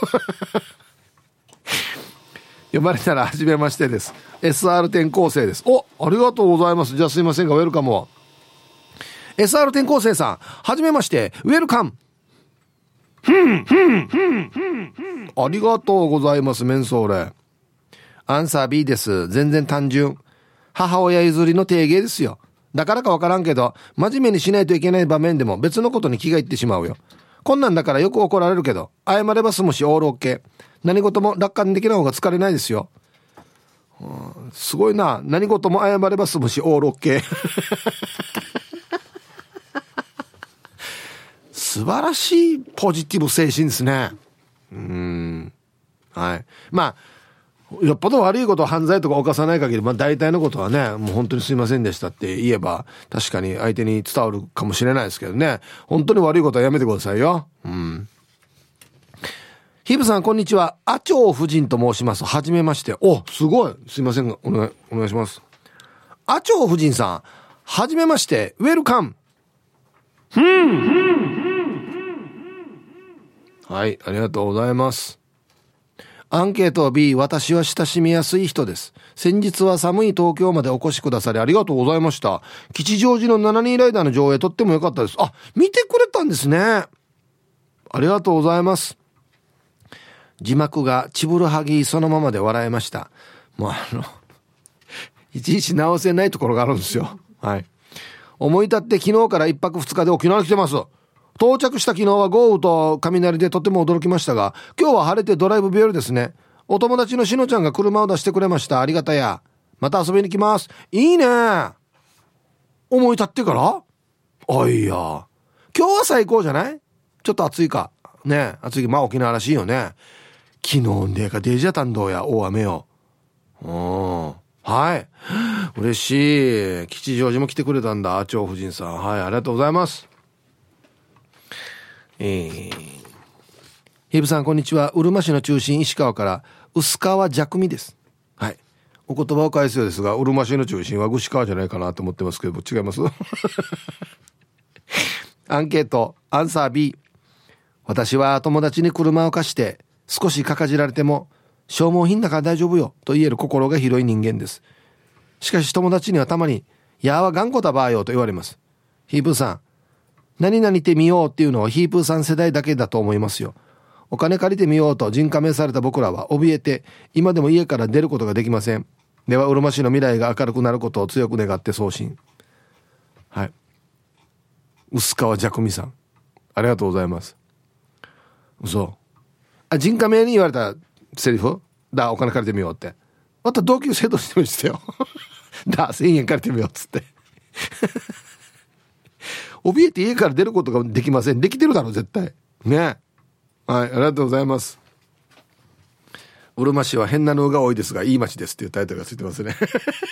呼ばれたら初めましてです。エスアール 転校生です。お、ありがとうございます。じゃあすいませんが、ウェルカムを。エスアール 転校生さん、はじめまして、ウェルカム。ふん、ふん、ふん、ふん、ふん。ありがとうございます、メンソーレ。アンサー B です。全然単純。母親譲りの定芸ですよ。だからかわからんけど、真面目にしないといけない場面でも別のことに気がいってしまうよ。こんなんだからよく怒られるけど、謝れば済むしオールオッケー。何事も楽観的な方が疲れないですよ。うん、すごいな。何事も謝れば済むしオールオッケー。 素晴らしいポジティブ精神ですね。うーん。はい。まあ、よっぽど悪いこと、犯罪とか犯さない限り、まあ大体のことはね、もう本当にすいませんでしたって言えば、確かに相手に伝わるかもしれないですけどね。本当に悪いことはやめてくださいよ。うん。ヒブさん、こんにちは。阿長夫人と申します。はじめまして。お、すごい。すいませんが、お願い、お願いします。阿長夫人さん、はじめまして。ウェルカム。ふん。はい、ありがとうございます。アンケート B、私は親しみやすい人です。先日は寒い東京までお越しくださりありがとうございました。吉祥寺のななにんライダーの上映とっても良かったです。あ、見てくれたんですね。ありがとうございます。字幕がチブルハギそのままで笑いました。もうあのいちいち直せないところがあるんですよ。はい。思い立って昨日からいっぱくふつかで沖縄に来てます。到着した昨日は豪雨と雷でとても驚きましたが、今日は晴れてドライブ日和ですね。お友達のしのちゃんが車を出してくれました。ありがたや。また遊びに来ます。いいね。思い立ってから、あ、いや今日は最高じゃない？ちょっと暑いかね。暑い。まあ沖縄らしいよね。昨日でかデージャタンドや大雨よ。うん、はい、嬉しい。吉祥寺も来てくれたんだ。阿長夫人さん、はい、ありがとうございます。えー、ヒブさん、こんにちは。うるま市の中心石川から薄川弱味です。はい、お言葉を返すようですが、うるま市の中心は串川じゃないかなと思ってますけど、違いますアンケートアンサー B、 私は友達に車を貸して少しかかじられても消耗品だから大丈夫よと言える心が広い人間です。しかし友達にはたまにやーは頑固だばーよと言われます。ヒープーさん、何々てみようっていうのはヒープーさん世代だけだと思いますよ。お金借りてみようと人加盟された僕らは怯えて今でも家から出ることができません。ではうるま市の未来が明るくなることを強く願って送信。はい、薄川弱味さん、ありがとうございます。嘘。あ、人加盟に言われたセリフだ、お金借りてみようって。また同級生としてもしてよだ、せんえん借りてみようっつって怯えて家から出ることができません。できてるだろ絶対ね。はい、ありがとうございます。うるま市は変なのが多いですがいい町ですっていうタイトルがついてますね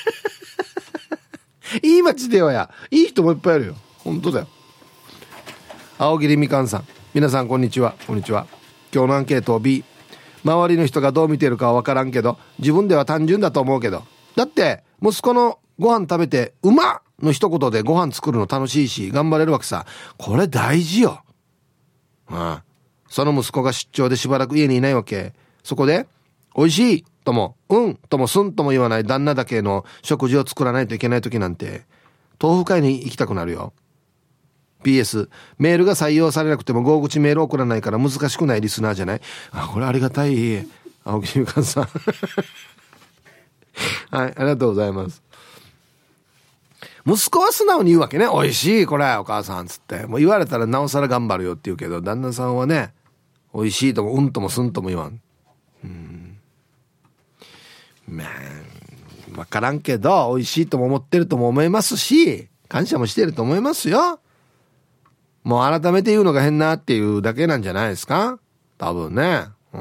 いい町でよや、いい人もいっぱいいるよ。本当だよ。青桐みかんさん、皆さんこんにちは。こんにちは。今日のアンケートを B、 周りの人がどう見てるかは分からんけど自分では単純だと思うけど、だって息子のご飯食べてうまっの一言でご飯作るの楽しいし頑張れるわけさ。これ大事よ。ああ、その息子が出張でしばらく家にいないわけ。そこで美味しいともうんともすんとも言わない旦那だけの食事を作らないといけない時なんて豆腐会に行きたくなるよ。 ピーエス メールが採用されなくても大口メール送らないから難しくないリスナーじゃない？あ、これありがたい。青木みかんさんはい、ありがとうございます。息子は素直に言うわけね。美味しいこれお母さんつって、もう言われたらなおさら頑張るよって言うけど、旦那さんはね、美味しいともうんともすんとも言わん。うん、まあ分からんけど美味しいとも思ってるとも思いますし感謝もしてると思いますよ。もう改めて言うのが変なっていうだけなんじゃないですか多分ね。うん、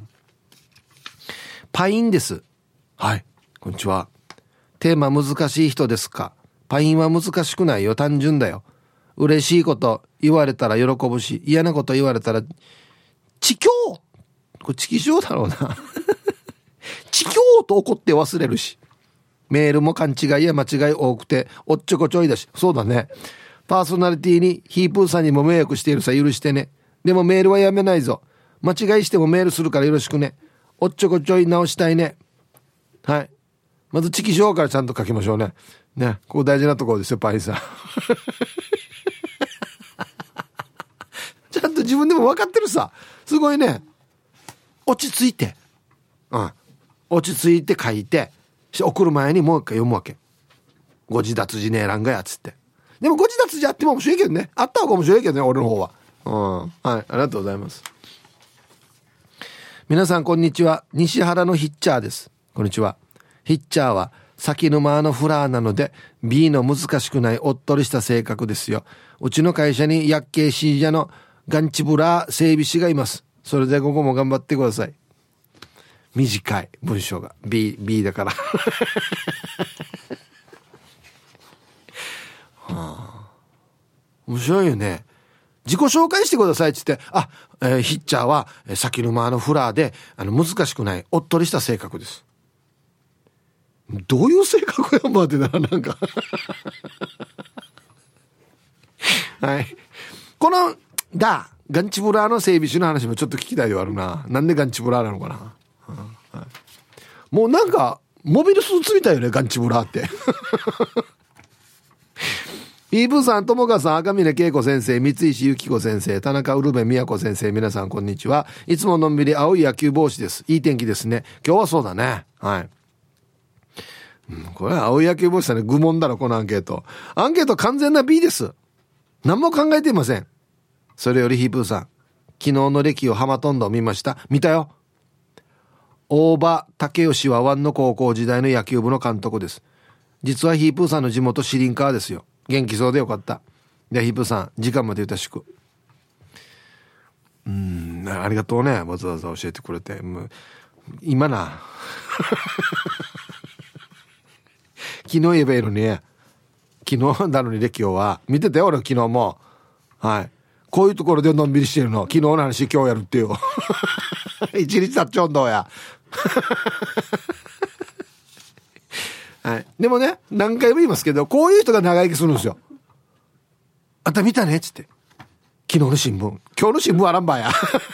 パインです。はい、こんにちは。テーマ難しい人ですか？パインは難しくないよ、単純だよ。嬉しいこと言われたら喜ぶし、嫌なこと言われたらちきょう、これちきしょうだろうなちきょうと怒って忘れるし、メールも勘違いや間違い多くておっちょこちょいだし。そうだね。パーソナリティにヒープーさんにも迷惑しているさ、許してね。でもメールはやめないぞ。間違いしてもメールするからよろしくね。おっちょこちょい直したいね。はい、まずチキショーからちゃんと書きましょうね。ね、ここ大事なところですよ、パイさんちゃんと自分でも分かってるさ。すごいね。落ち着いて、うん、落ち着いて書いて送る前にもう一回読むわけ。ご自立じねえらんがやつって。でもご自立じゃあっても面白いけどね。あった方が面白いけどね、俺の方は。うん、はい、ありがとうございます。皆さんこんにちは。西原のヒッチャーです。こんにちは。ヒッチャーは先沼のフラーなので B の難しくないおっとりした性格ですよ。うちの会社に薬系信者のガンチブラ整備士がいます。それで午後も頑張ってください。短い文章が B, B だから、はあ、面白いよね。自己紹介してくださいって言って、あ、えー、ヒッチャーは先沼のフラーであの難しくないおっとりした性格です。どういう性格やんばってな、なんかはい、このだガンチブラーの整備士の話もちょっと聞きたいではあるな。なんでガンチブラーなのかな、はい、もうなんかモビルスーツみたいよね、ガンチブラーってイーブーさん、ともかさん、赤嶺恵子先生、三石由紀子先生、田中ウルベ宮子先生、皆さんこんにちは。いつものんびり青い野球帽子です。いい天気ですね。今日はそうだね。はい、うん、これは青い野球帽子だね。愚問だろこのアンケート。アンケート完全な B です。何も考えていません。それよりヒープーさん、昨日の歴をハマトンド見ました？見たよ。大場武義は湾の高校時代の野球部の監督です。実はヒープーさんの地元シリンカーですよ。元気そうでよかった。でヒープーさん、時間までよろしく。うーん、ありがとうね、わざわざ教えてくれて。もう今な昨日言えばいいのに、昨日なのに歴をは見てたよ俺。昨日も、はい、こういうところでのんびりしてるの。昨日の話今日やるっていう一日経っちゃうんだやはい、でもね、何回も言いますけど、こういう人が長生きするんですよ。あんた見たねっつって、昨日の新聞、今日の新聞あらんばや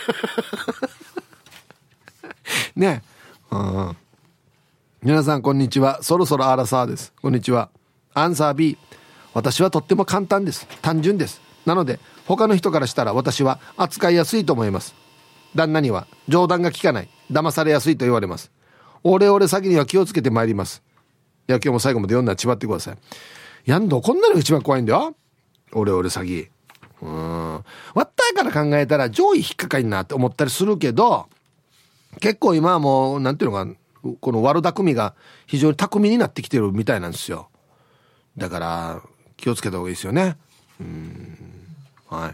ね、うん、皆さんこんにちは。そろそろアラサーです。こんにちは。アンサー B。 私はとっても簡単です。単純です。なので他の人からしたら私は扱いやすいと思います。旦那には冗談が効かない、騙されやすいと言われます。オレオレ詐欺には気をつけてまいります。いや、今日も最後まで読んだらちばってください。やんど、こんなのが一番怖いんだよ、オレオレ詐欺。うーん、わったから考えたら上位引っかかりなって思ったりするけど、結構今はもうなんていうのか、この悪巧みが非常に巧みになってきてるみたいなんですよ。だから気をつけた方がいいですよね。うーん、はい。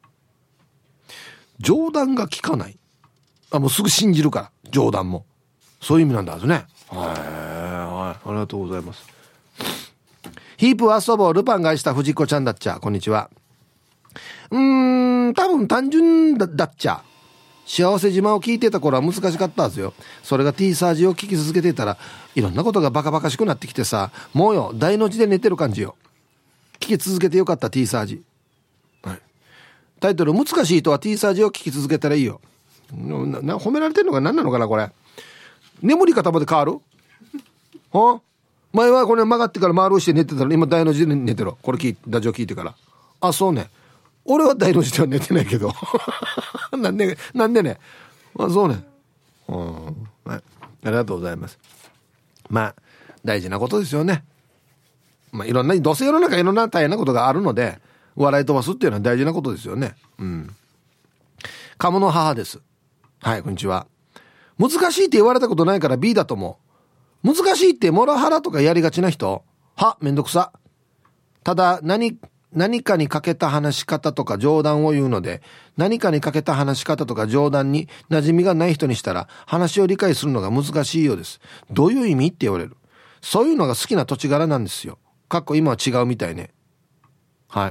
冗談が効かない、あ、もうすぐ信じるから、冗談もそういう意味なんだはずね。はい、はい、ありがとうございます。ヒープは遊ぼう、ルパンがした藤子ちゃんだっちゃ、こんにちは。うーん、多分単純 だ, だっちゃ。幸せ島を聞いてた頃は難しかったはずよ。それが T サージを聞き続けていたらいろんなことがバカバカしくなってきてさ、もうよ大の字で寝てる感じよ。聞き続けてよかった T サージ、はい、タイトル難しい人は T サージを聞き続けたらいいよ。なな褒められてるのが何なのかなこれ。眠り方まで変わるは？前はこれ曲がってから丸をして寝てたら今大の字で寝てる。これ聞いラジオ聞いてから。あ、そうね。俺は大の字では寝てないけどなんでなんでね。あ、そうね。うん、はい、ありがとうございます。まあ大事なことですよね。まあいろんな、どうせ世の中いろんな大変なことがあるので笑い飛ばすっていうのは大事なことですよね。うん。鴨の母です。はい、こんにちは。難しいって言われたことないから B だと思う。難しいってモラハラとかやりがちな人はめんどくさ。ただ何何かにかけた話し方とか冗談を言うので、何かにかけた話し方とか冗談に馴染みがない人にしたら話を理解するのが難しいようです。どういう意味って言われる。そういうのが好きな土地柄なんですよ。かっこ今は違うみたいね。はい。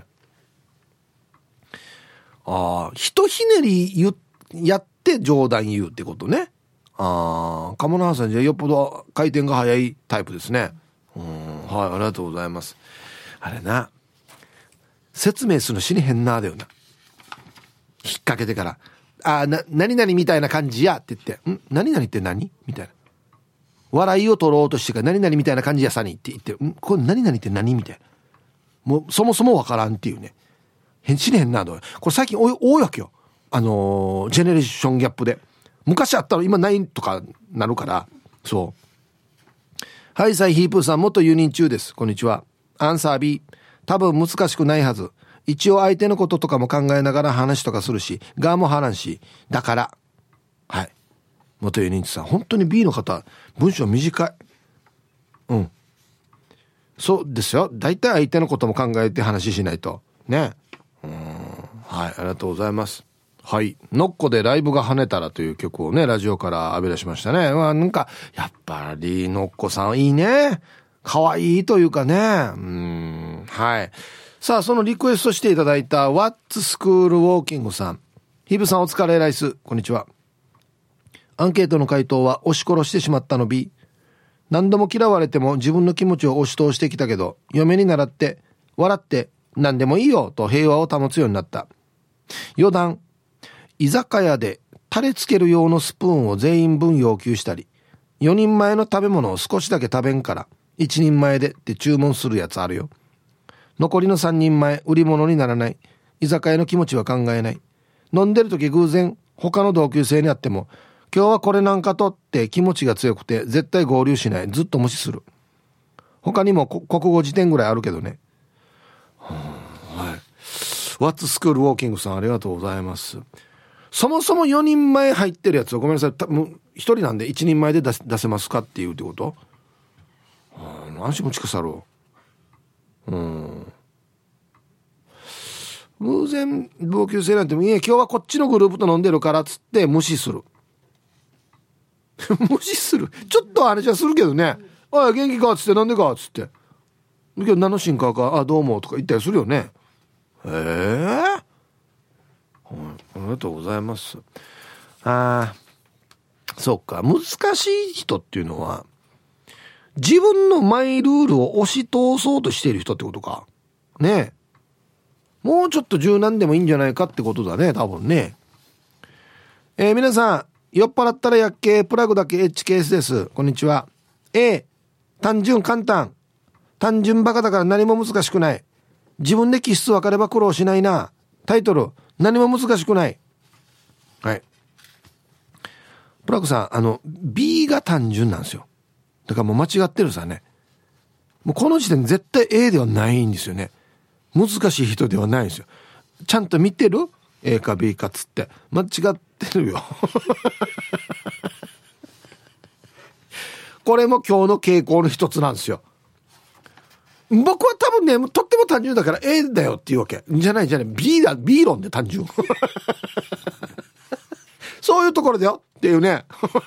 ああ、ひとひねり言やって冗談言うってことね。ああ、鴨の橋さんじゃよっぽど回転が早いタイプですね。うん、はい、ありがとうございます。あれな、説明するのしにへんなだよな。引っ掛けてから、ああ、な、何々みたいな感じやって言って、ん何々って何みたいな。笑いを取ろうとしてから何々みたいな感じやさにって言って、んこれ何々って何みたいな。もうそもそもわからんっていうね。へんしにへんなだよ。これ最近多い多いわけよ。あのー、ジェネレーションギャップで。昔あったの今ないとかなるから。そう。はい、サイヒープーさん、元輸入中です。こんにちは。アンサー B。多分難しくないはず。一応相手のこととかも考えながら話とかするし、側も話し、だから。はい。元輸入中さん、本当に B の方、文章短い。うん。そうですよ。大体相手のことも考えて話しないと。ね。うーん。 はい、ありがとうございます。はい、ノッコでライブが跳ねたらという曲をねラジオから浴び出しましたね。まあ、なんかやっぱりノッコさんいいね、可愛いというかね。うーん、はい。さあ、そのリクエストしていただいた What's School Walking さん、ヒブさんお疲れライス、こんにちは。アンケートの回答は押し殺してしまったの B。 何度も嫌われても自分の気持ちを押し通してきたけど、嫁に習って笑って何でもいいよと平和を保つようになった。余談、居酒屋でタレつける用のスプーンを全員分要求したり、よにんまえの食べ物を少しだけ食べんからいちにんまえでって注文するやつあるよ。残りのさんにんまえ売り物にならない。居酒屋の気持ちは考えない。飲んでる時偶然他の同級生に会っても今日はこれなんかとって気持ちが強くて絶対合流しない。ずっと無視する。他にも国語辞典ぐらいあるけどね。はあ、はい。What's School Walking さんありがとうございます。そもそもよにんまえ入ってるやつをごめんなさい、ひとりなんでいちにんまえで出せ、出せますかっていうってこと、はあ、何しもちくさろう。うん偶然同級生なんてもいい、今日はこっちのグループと飲んでるからっつって無視する無視する、ちょっと話はするけどね。あ、元気かっつって、なんでかっつって、今日何の進化か、あ、どうもとか言ったりするよね。へえ、はい、ありがとうございます。ああ、そうか、難しい人っていうのは自分のマイルールを押し通そうとしている人ってことかね。えもうちょっと柔軟でもいいんじゃないかってことだね、多分ね。えー、皆さん酔っ払ったらやっけプラグだけ エイチケーエス です。こんにちは。 A、 単純簡単、単純バカだから何も難しくない。自分で気質分かれば苦労しないな。タイトル、何も難しくない。はい。プラグさん、あの B が単純なんですよ。だからもう間違ってるさね。もうこの時点で絶対 A ではないんですよね。難しい人ではないんですよ。ちゃんと見てる A か B かっつって間違ってるよこれも今日の傾向の一つなんですよ。僕は多分ね、とっても単純だから A だよっていうわけじゃないじゃない、 B だ、 B 論で単純そういうところだよっていうね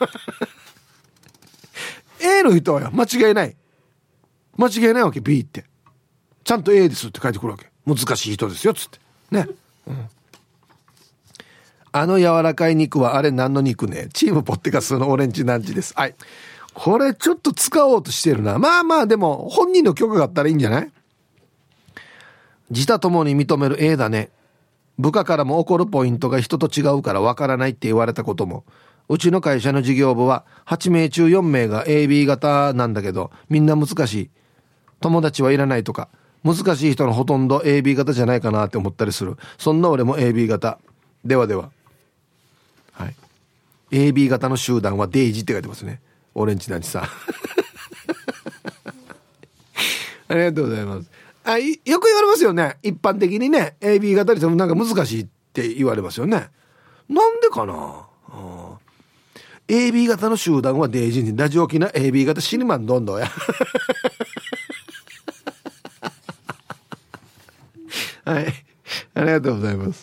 A の人は間違いない間違いないわけ。 B ってちゃんと A ですって書いてくるわけ。難しい人ですよっつってね、うん、あの柔らかい肉はあれ何の肉ね。チームポッテガスのオレンジナンチです。はい、これちょっと使おうとしてるな。まあまあでも本人の許可があったらいいんじゃない。自他ともに認める A だね。部下からも怒るポイントが人と違うからわからないって言われたことも。うちの会社の事業部ははちめい中よんめいが エービー 型なんだけどみんな難しい。友達はいらないとか難しい人のほとんど エービー 型じゃないかなって思ったりする。そんな俺も エービー 型ではでは、はい、エービー 型の集団はデイジって書いてますね。オレンジなんちさんありがとうございます。あ、よく言われますよね、一般的にね。 エービー 型にしてもなんか難しいって言われますよね。なんでかな。あ エービー 型の集団はデイジにラジオ機な エービー 型死にまんどんどんやはい、ありがとうございます。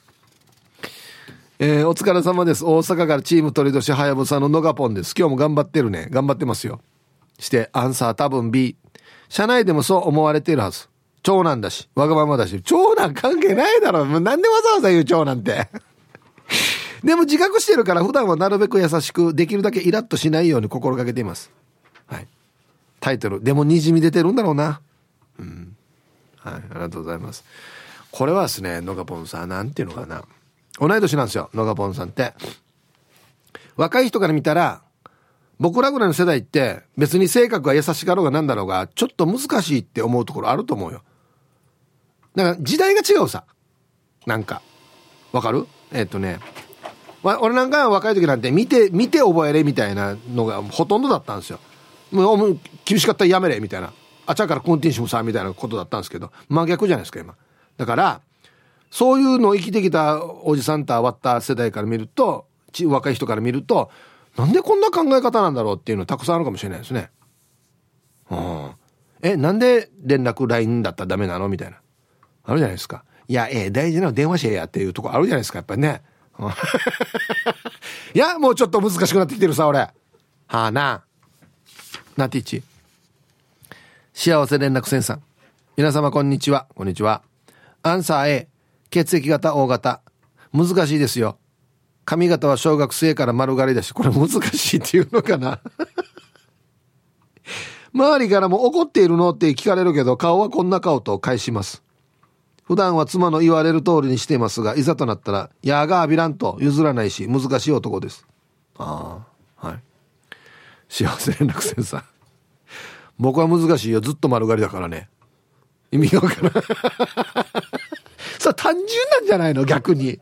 えー、お疲れ様です。大阪からチーム鳥年はやぶさののがぽんです。今日も頑張ってるね。頑張ってますよ。してアンサー多分 B。 社内でもそう思われているはず。長男だしわがままだし。長男関係ないだろ。もうなんでわざわざ言う長男ってでも自覚してるから普段はなるべく優しくできるだけイラッとしないように心がけています。はい、タイトルでもにじみ出てるんだろうな。うん、はい、ありがとうございます。これはですね、のがぽんさんなんていうのかな、同い年なんですよ。のがぽんさんって若い人から見たら僕らぐらいの世代って別に性格が優しかろうがなんだろうがちょっと難しいって思うところあると思うよ。だから時代が違うさ。なんかわかる？えっとね、俺なんか若い時なんて見て見て覚えれみたいなのがほとんどだったんですよ。もう、もう厳しかったらやめれみたいな、あちゃからコンティンシムさみたいなことだったんですけど、真逆じゃないですか今。だからそういうのを生きてきたおじさんと会った世代から見ると、若い人から見るとなんでこんな考え方なんだろうっていうのたくさんあるかもしれないですね。うん、えなんで連絡 ライン だったらダメなのみたいなあるじゃないですか。 いや、ええ、大事なの電話しやっていうとこあるじゃないですか、やっぱりね。いや、もうちょっと難しくなってきてるさ、俺。はあな。なていち。幸せ連絡センさん。皆様こんにちは。こんにちは。アンサー A。血液型 O 型。難しいですよ。髪型は小学生から丸刈りだし、これ難しいっていうのかな。周りからも怒っているのって聞かれるけど、顔はこんな顔と返します。普段は妻の言われる通りにしていますが、いざとなったらやが浴びらんと譲らないし、難しい男です。ああ、はい。幸せ連絡センサー。僕は難しいよ。ずっと丸刈りだからね。意味がわからん。さあ単純なんじゃないの、逆に。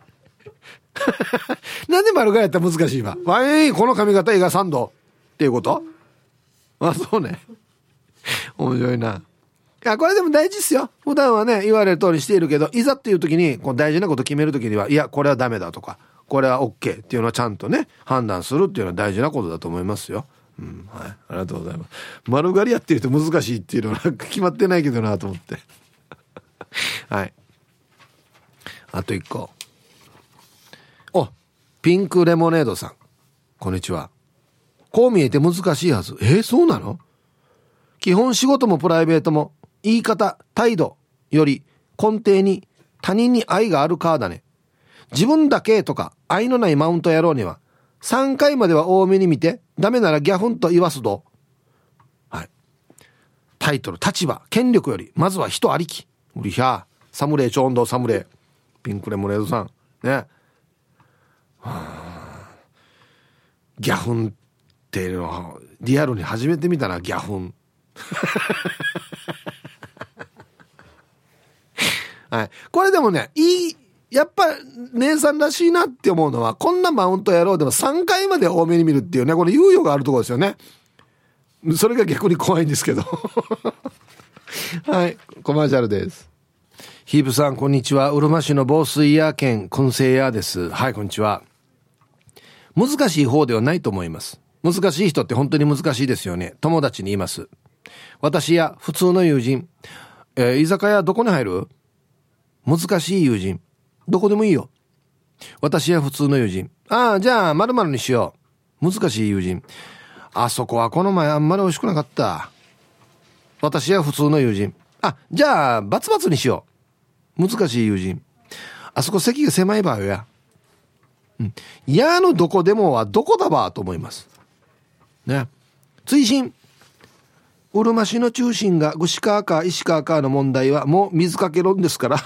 なんで丸刈りやったら難しいわ。わい、この髪型映画さんどっていうこと？あ、そうね。面白いな。いや、これでも大事っすよ。普段はね、言われる通りしているけど、いざっていう時にこう大事なこと決める時には、いや、これはダメだとか、これは OK っていうのはちゃんとね、判断するっていうのは大事なことだと思いますよ。うん、はい。ありがとうございます。丸刈りやってる人難しいっていうのは決まってないけどなと思って。はい。あと一個。お、ピンクレモネードさん。こんにちは。こう見えて難しいはず。えー、そうなの？基本仕事もプライベートも言い方、態度より根底に他人に愛があるかだね。自分だけとか愛のないマウント野郎にはさんかいまでは多めに見て、ダメならギャフンと言わすど。はい。タイトル、立場、権力よりまずは人ありき。うりひゃー、サムレイ超音頭サムレイ。ピンクレモネードさんね。はあ、ギャフンっていうのはリアルに初めて見たな、ギャフン。はい、これでもね、いい、やっぱ姉さんらしいなって思うのは、こんなマウントやろうでもさんかいまで多めに見るっていうね、これ猶予があるところですよね。それが逆に怖いんですけど。はい、コマーシャルです。ヒープさんこんにちは。うるま市の防水屋兼燻製屋です。はい、こんにちは。難しい方ではないと思います。難しい人って本当に難しいですよね。友達に言います。私や普通の友人、えー、居酒屋どこに入る？難しい友人どこでもいいよ。私や普通の友人、ああじゃあ〇〇にしよう。難しい友人、あそこはこの前あんまり美味しくなかった。私や普通の友人、あじゃあバツバツにしよう。難しい友人、あそこ席が狭い場合や、うん、いやのどこでもはどこだばと思いますね。追伸、うるま市の中心が串川か石川かの問題はもう水かけ論ですから。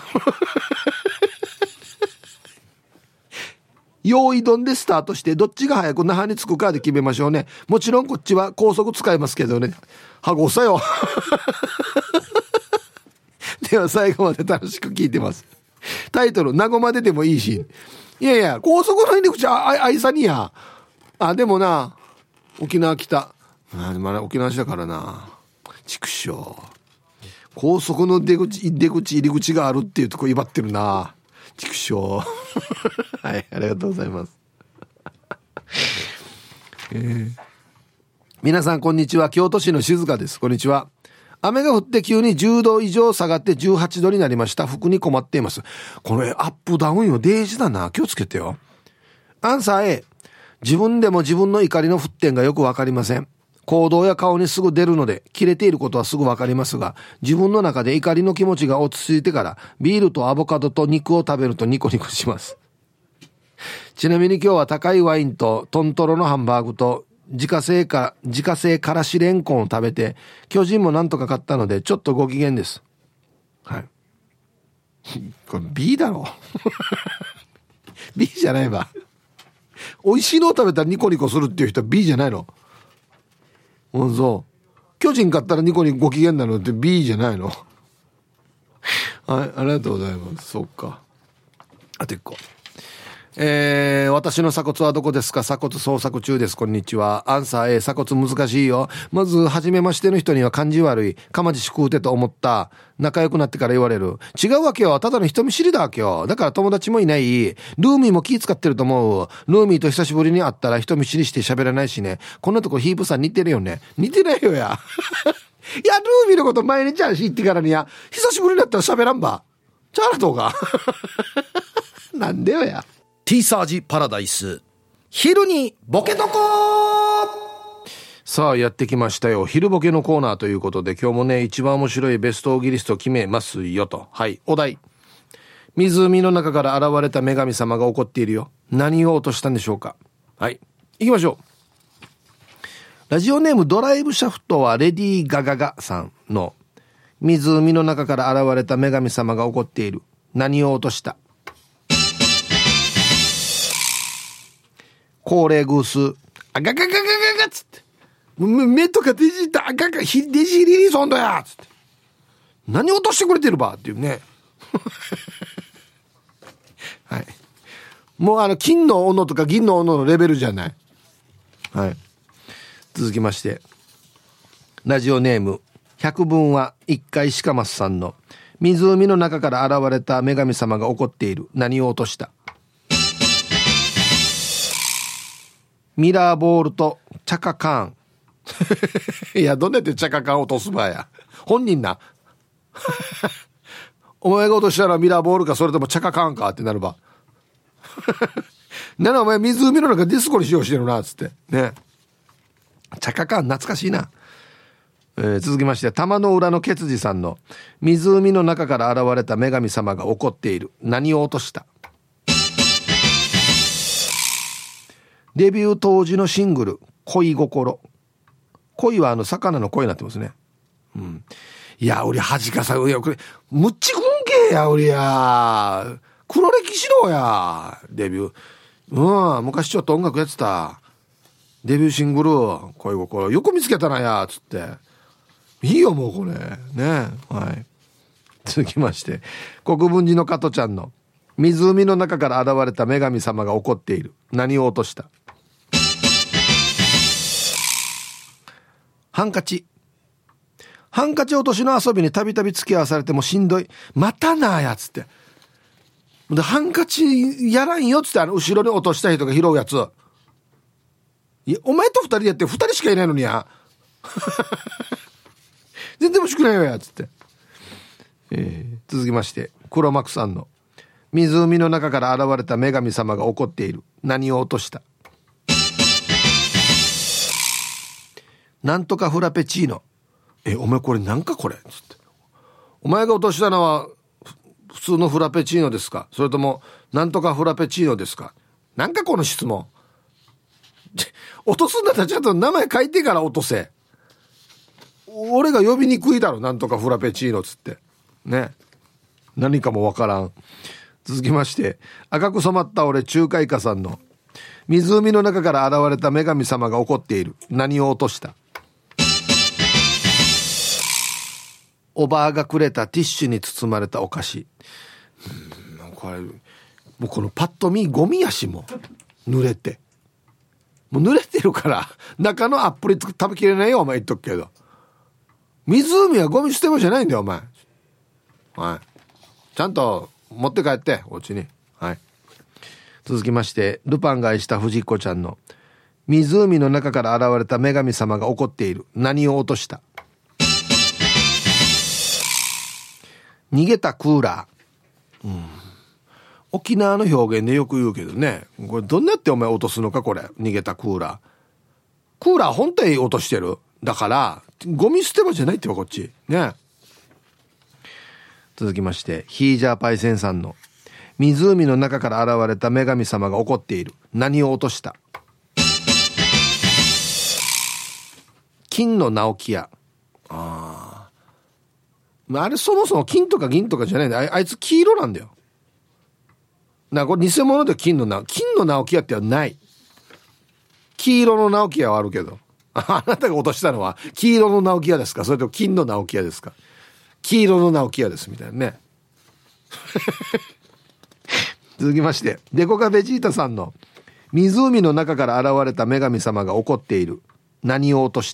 用意どんでスタートしてどっちが早く那覇に着くかで決めましょうね。もちろんこっちは高速使いますけどね。はごさよ。では最後まで楽しく聞いてます。タイトル、なごまででもいいし。いやいや、高速の入り口はあいさにや。あ、でもな、沖縄来た。あ、でも沖縄市だからな。畜生。高速の出口、出口、入り口があるっていうとこ威張ってるな。畜生。はい、ありがとうございます。えー、皆さんこんにちは。京都市の静香です。こんにちは。雨が降って急にじゅうど以上下がってじゅうはちどになりました。服に困っています。このアップダウンよ、デージだな。気をつけてよ。アンサー A。自分でも自分の怒りの沸点がよくわかりません。行動や顔にすぐ出るので、切れていることはすぐわかりますが、自分の中で怒りの気持ちが落ち着いてから、ビールとアボカドと肉を食べるとニコニコします。ちなみに今日は高いワインとトントロのハンバーグと自家製か、自家製からしれんこんを食べて、巨人もなんとか買ったので、ちょっとご機嫌です。はい。これ B だろ。B じゃないわ。美味しいのを食べたらニコニコするっていう人は B じゃないの。うん、そう。巨人買ったらニコニコご機嫌なのって B じゃないの。はい、ありがとうございます。そうか。あと一個。えー、私の鎖骨はどこですか？鎖骨捜索中です。こんにちは。アンサー A。鎖骨難しいよ。まず初めましての人には感じ悪い、かまじし食うてと思った。仲良くなってから言われる。違うわけよ。ただの人見知りだわけよ。だから友達もいない。ルーミーも気使ってると思う。ルーミーと久しぶりに会ったら人見知りして喋らないしね。こんなとこヒープさん似てるよね。似てないよや。いや、ルーミーのこと毎日話言ってからにや、久しぶりになったら喋らんば。 チャーラとかなんでよや。 T サージパラダイス昼にボケとこ。 さあやってきましたよ、昼ボケのコーナーということで、今日もね一番面白いベストオギリスト決めますよと。はい、お題、湖の中から現れた女神様が怒っているよ、何を落としたんでしょうか。はい、行きましょう。ラジオネームドライブシャフトはレディーガガガさんの、湖の中から現れた女神様が怒っている、何を落とした。高齢グース、あガガガガガガっつって、目とかデジったあガガヒデジリリーソンだやつって、何落としてくれてるばっていうねはい、もうあの金の斧とか銀の斧のレベルじゃない。はい、続きまして、ラジオネーム百聞は一回しかますさんの、湖の中から現れた女神様が怒っている、何を落とした。ミラーボールとチャカカーンいや、どんなやってチャカカーン落とすばや、本人なお前が落としたらミラーボールか、それともチャカカーンかってなるばならお前湖の中ディスコにしようしてるなっつってね。チャカカーン懐かしいな。えー、続きまして、玉の裏のケツジさんの、湖の中から現れた女神様が怒っている、何を落とした。デビュー当時のシングル恋心、恋はあの魚の恋になってますね。うん、いや俺恥かさうや、これむっちくんけや、俺や黒歴史のやデビュー、うん、昔ちょっと音楽やってたデビューシングル恋心、よく見つけたなやつって、いいよもうこれね。はい、続きまして、国分寺の加トちゃんの、湖の中から現れた女神様が怒っている、何を落とした。ハンカチ。ハンカチ落としの遊びにたびたび付き合わされてもしんどい、またなやつって、でハンカチやらんよっつって、あの後ろに落とした人が拾うやつ、いやお前と二人でやって二人しかいないのにや全然欲しくないよやっつって、えー、続きまして、黒幕さんの、湖の中から現れた女神様が怒っている、何を落とした。なんとかフラペチーノ、えお前これなんかこれつって、お前が落としたのは普通のフラペチーノですか、それともなんとかフラペチーノですか、なんかこの質問落とすんだったらちゃんと名前書いてから落とせ、俺が呼びにくいだろ、なんとかフラペチーノつってね、何かもわからん。続きまして、赤く染まった俺中華イカさんの、湖の中から現れた女神様が怒っている、何を落とした。おばあがくれたティッシュに包まれたお菓子、うんこれもうこのパッと見ゴミやし、も濡れてもう濡れてるから中のアップル食べきれないよお前言っとくけど、湖はゴミ捨て場じゃないんだよお前。はい、ちゃんと持って帰ってお家に。はい、続きまして、ルパンが愛した藤子ちゃんの、湖の中から現れた女神様が怒っている、何を落とした。逃げたクーラー、うん、沖縄の表現でよく言うけどね、これどんなやってお前落とすのか、これ逃げたクーラー、クーラー本体落としてる、だからゴミ捨て場じゃないってばこっちね。続きまして、ヒージャーパイセンさんの、湖の中から現れた女神様が怒っている、何を落とした。金の直木屋、ああれそもそも金とか銀とかじゃないんだ、 あ, あいつ黄色なんだよな、これ偽物で金の直金の直木屋ってはない、黄色の直木屋はあるけど、あなたが落としたのは黄色の直木屋ですか、それとも金の直木屋ですか。黄色の直木屋ですみたいなね続きまして、デコカベジータさんの、湖の中から現れた女神様が怒っている、何を落とした。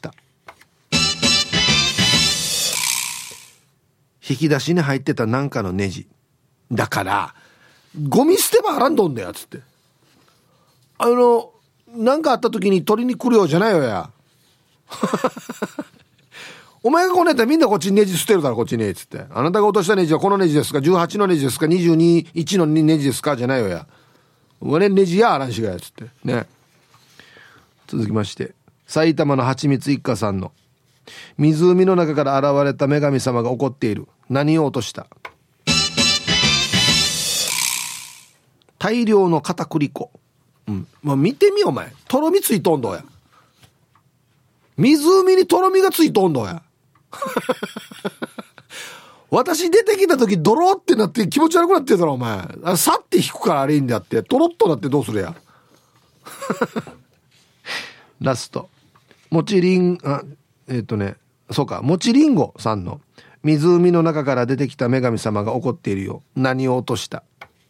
引き出しに入ってたなんかのネジだから、ゴミ捨て場あらんどんだよつって、あのなんかあった時に取りに来るようじゃないよやお前がこうやったらみんなこっちにネジ捨てるだろこっちにっつって、あなたが落としたネジはこのネジですか、じゅうはちのネジですか、にじゅうに、いちのネジですかじゃないよや、俺ネジやあらんしがやつってね。続きまして埼玉のはちみつ一家さんの、湖の中から現れた女神様が怒っている。何を落とした？大量の片栗粉。うん、まあ、見てみよお前、とろみついとんどや、湖にとろみがついとんどや私出てきた時ドロってなって気持ち悪くなってるだろお前、あさって引くからあれいいんだって、とろっとなってどうするやラストもちりんあえっ、ー、とねそうかもちりんごさんの、湖の中から出てきた女神様が怒っているよ。何を落とした？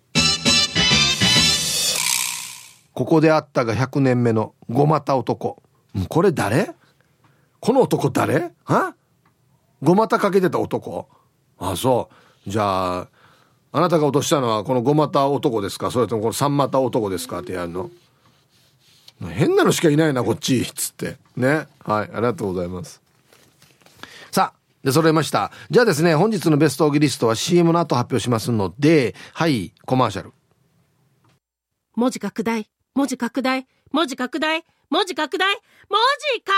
ここであったがひゃくねんめのごまた男。これ誰？この男誰？は？ごまたかけてた男？あ、そう。じゃああなたが落としたのはこのごまた男ですか、それともこの三股男ですかってやるの？変なのしかいないなこっちっつってね。はい、ありがとうございます。さあで揃えました。じゃあですね、本日のベストオギリストは シーエム の後発表しますので、はいコマーシャル。 文字拡大文字拡大文字拡大文字拡大文字拡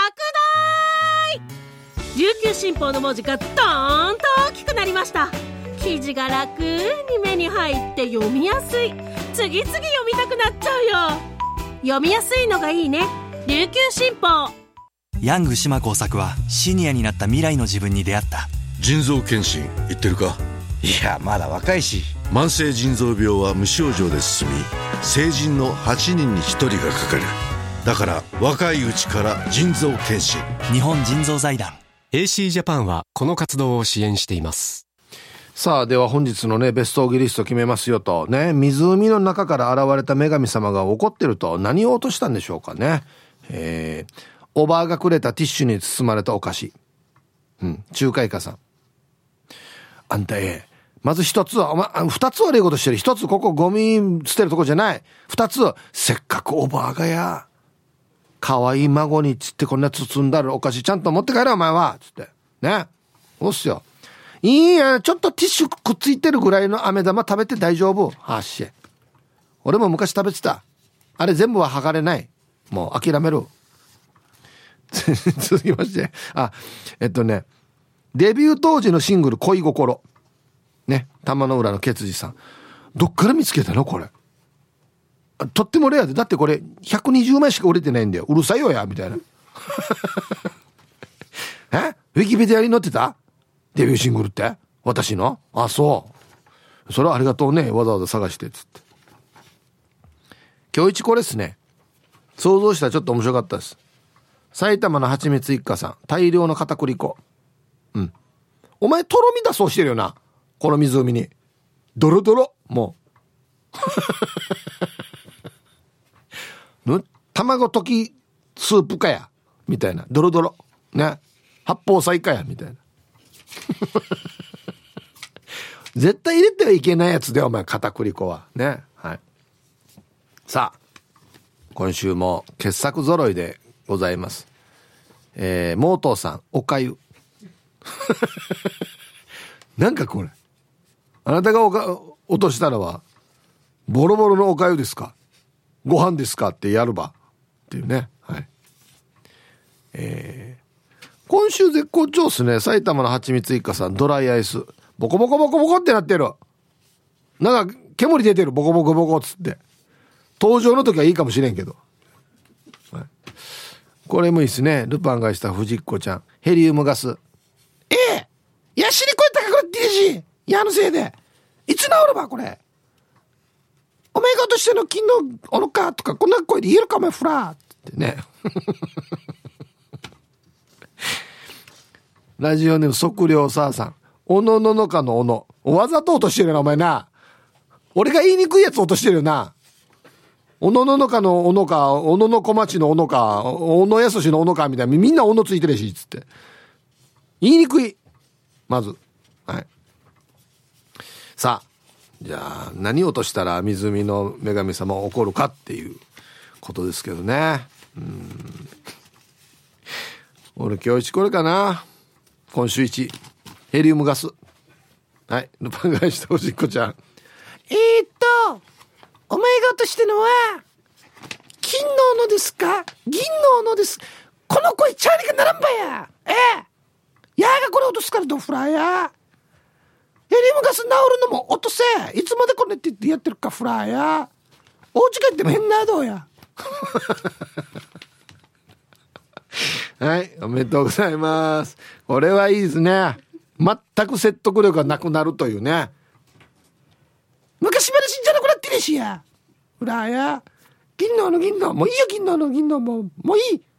大、琉球新報の文字がドーンと大きくなりました。記事が楽に目に入って読みやすい、次々読みたくなっちゃうよ。読みやすいのがいいね、琉球新報。 ヤング島耕作はシニアになった未来の自分に出会った。 腎臓検診行ってるか？ いやまだ若いし。 慢性腎臓病は無症状で進み、成人のはちにんにひとりがかかる。だから若いうちから腎臓検診。 日本腎臓財団エーシー ジャパンはこの活動を支援しています。 さあでは本日のねベストオギリスト決めますよとね。湖の中から現れた女神様が怒ってると、何を落としたんでしょうかね。えー、おばあがくれたティッシュに包まれたお菓子。うん中華イカさん、あんたええまず一つはお前二つ悪いことしてる。一つここゴミ捨てるとこじゃない。二つせっかくおばあがや可愛い孫につってこんな包んだるお菓子ちゃんと持って帰れお前はつってね。おっすよ、いいや、ちょっとティッシュくっついてるぐらいの飴玉食べて大丈夫。はっしゃ、俺も昔食べてた。あれ全部は剥がれない。もう諦める続きまして、あえっとねデビュー当時のシングル恋心ね、玉の浦のケツジさん、どっから見つけたのこれ。とってもレアで、だってこれひゃくにじゅうまいしか売れてないんだよ。うるさいよやみたいなえウィキペディアに載ってたデビューシングルって私の。あそうそれはありがとうね、わざわざ探してっつって。今日一これっすね、想像したらちょっと面白かったです。埼玉のはちみつ一家さん、大量の片栗粉。うんお前とろみ出そうしてるよなこの湖に、ドロドロもう卵溶きスープかやみたいな、ドロドロね、八宝菜かやみたいな絶対入れてはいけないやつでお前片栗粉はね。はい、さあ今週も傑作揃いでございます。えー、モートーさんおかゆなんかこれあなたがおか落としたのはボロボロのおかゆですか、ご飯ですかってやるばっていうね。はい、えー、今週絶好調っすね。埼玉のはちみつ一家さん、ドライアイスボコボコボコボコってなってる。なんか煙出てる、ボコボコボコっつって。登場の時はいいかもしれんけど、はい、これもいいっすね。ルパンがした藤子ちゃん、ヘリウムガス。ええヤシリコやったかこれってるし、矢のせいでいつ治るばこれ。お前が落としての金のおのかとかこんな声で言えるかお前フラーってねラジオネーム測量さあさん、おのののかのおの、わざと落としてるなお前な。俺が言いにくいやつ落としてるよな。おのののかのおのか、おののこまちのおのか、おのやすしのおのかみたいな、みんなおのついてるしつって言いにくい。まずはい、さあじゃあ何を落としたら湖の女神様は怒るかっていうことですけどね。うーん俺今日一これかな。 今週一ヘリウムガス。はい、ルパン返してほしい子ちゃん。えー、っとお前が落としてのは金の斧ですか銀の斧です。この声チャーリーがならんばや。ええやーがこれ落とすからどうフライヤー。ヘリウムガス治るのも落とせ。いつまでこれって言ってやってるかフライヤー。お家帰っても変などうや。はい、おめでとうございます。これはいいですね。全く説得力がなくなるというね。昔話じゃなくなってるしや。フライヤー。銀のの銀のもういいよ銀のの銀のもうもういい。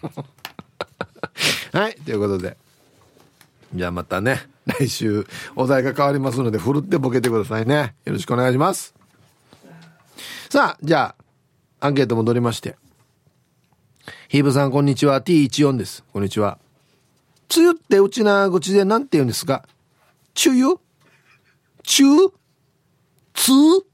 はいということでじゃあまたね来週お題が変わりますのでふるってボケてくださいね。よろしくお願いします。さあじゃあアンケート戻りまして、ヒーブさんこんにちは ティーじゅうよん です。こんにちは。梅雨ってうちな口でなんて言うんですか？梅雨？中？つ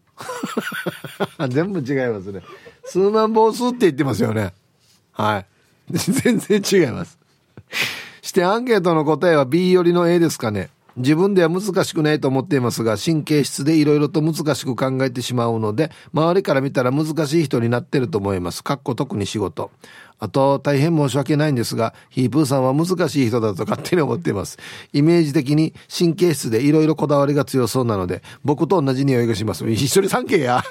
全部違いますね。数万本数って言ってますよね。はい全然違います。してアンケートの答えは ビー よりの A ですかね。自分では難しくないと思っていますが、神経質でいろいろと難しく考えてしまうので、周りから見たら難しい人になってると思います。かっこ特に仕事。あと大変申し訳ないんですが、ヒープーさんは難しい人だと勝手に思っています。イメージ的に神経質でいろいろこだわりが強そうなので、僕と同じ匂いがします。一緒にさんけや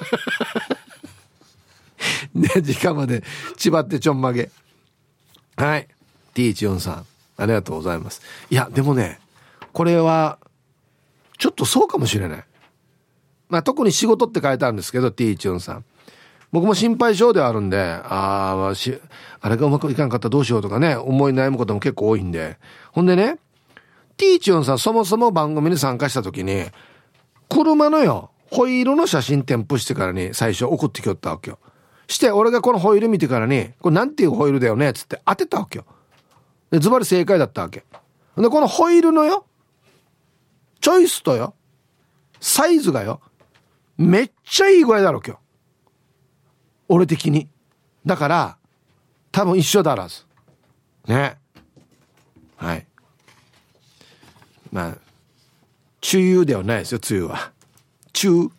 ね、時間まで千葉ってちょんまげ。はい ティーじゅうよん さんありがとうございます。いやでもねこれはちょっとそうかもしれない。まあ特に仕事って書いてあるんですけど ティーじゅうよん さん、僕も心配性ではあるんで、あ、まあ、しあれがうまくいかなかったらどうしようとかね思い悩むことも結構多いんで、ほんでね ティーじゅうよん さんそもそも番組に参加した時に車のよホイールの写真添付してからに最初送ってきよったわけよ。して俺がこのホイール見てからにこれなんていうホイールだよねっつって当てたわけよ。でズバリ正解だったわけで、このホイールのよチョイスとよサイズがよめっちゃいい具合だろ今日俺的に。だから多分一緒だらずね。はい、まあ梅雨ではないですよ。梅雨は中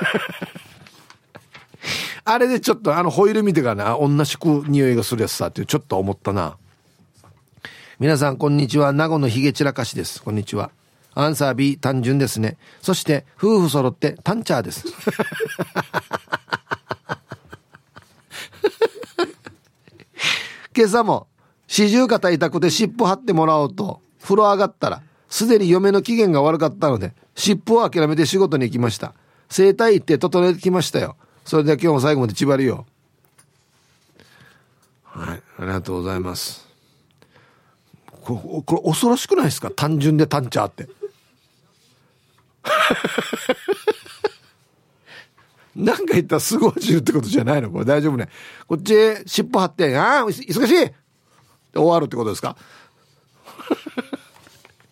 あれでちょっとあのホイール見てからな同じく匂いがするやつさってちょっと思ったな。皆さんこんにちは、名護のひげ散らかしです。こんにちは。アンサー B 単純ですね。そして夫婦揃ってタンチャーです今朝も四十肩痛くて湿布貼ってもらおうと風呂上がったらすでに嫁の機嫌が悪かったので湿布を諦めて仕事に行きました。整体行って整えてきましたよ。それでは今日も最後まで縛りよ。はい、ありがとうございます。これ、これ恐ろしくないですか？単純でタンチャーってなんか言ったらすぐ落ちるってことじゃないの？これ大丈夫ね。こっち尻尾張ってああ忙しいって終わるってことですか？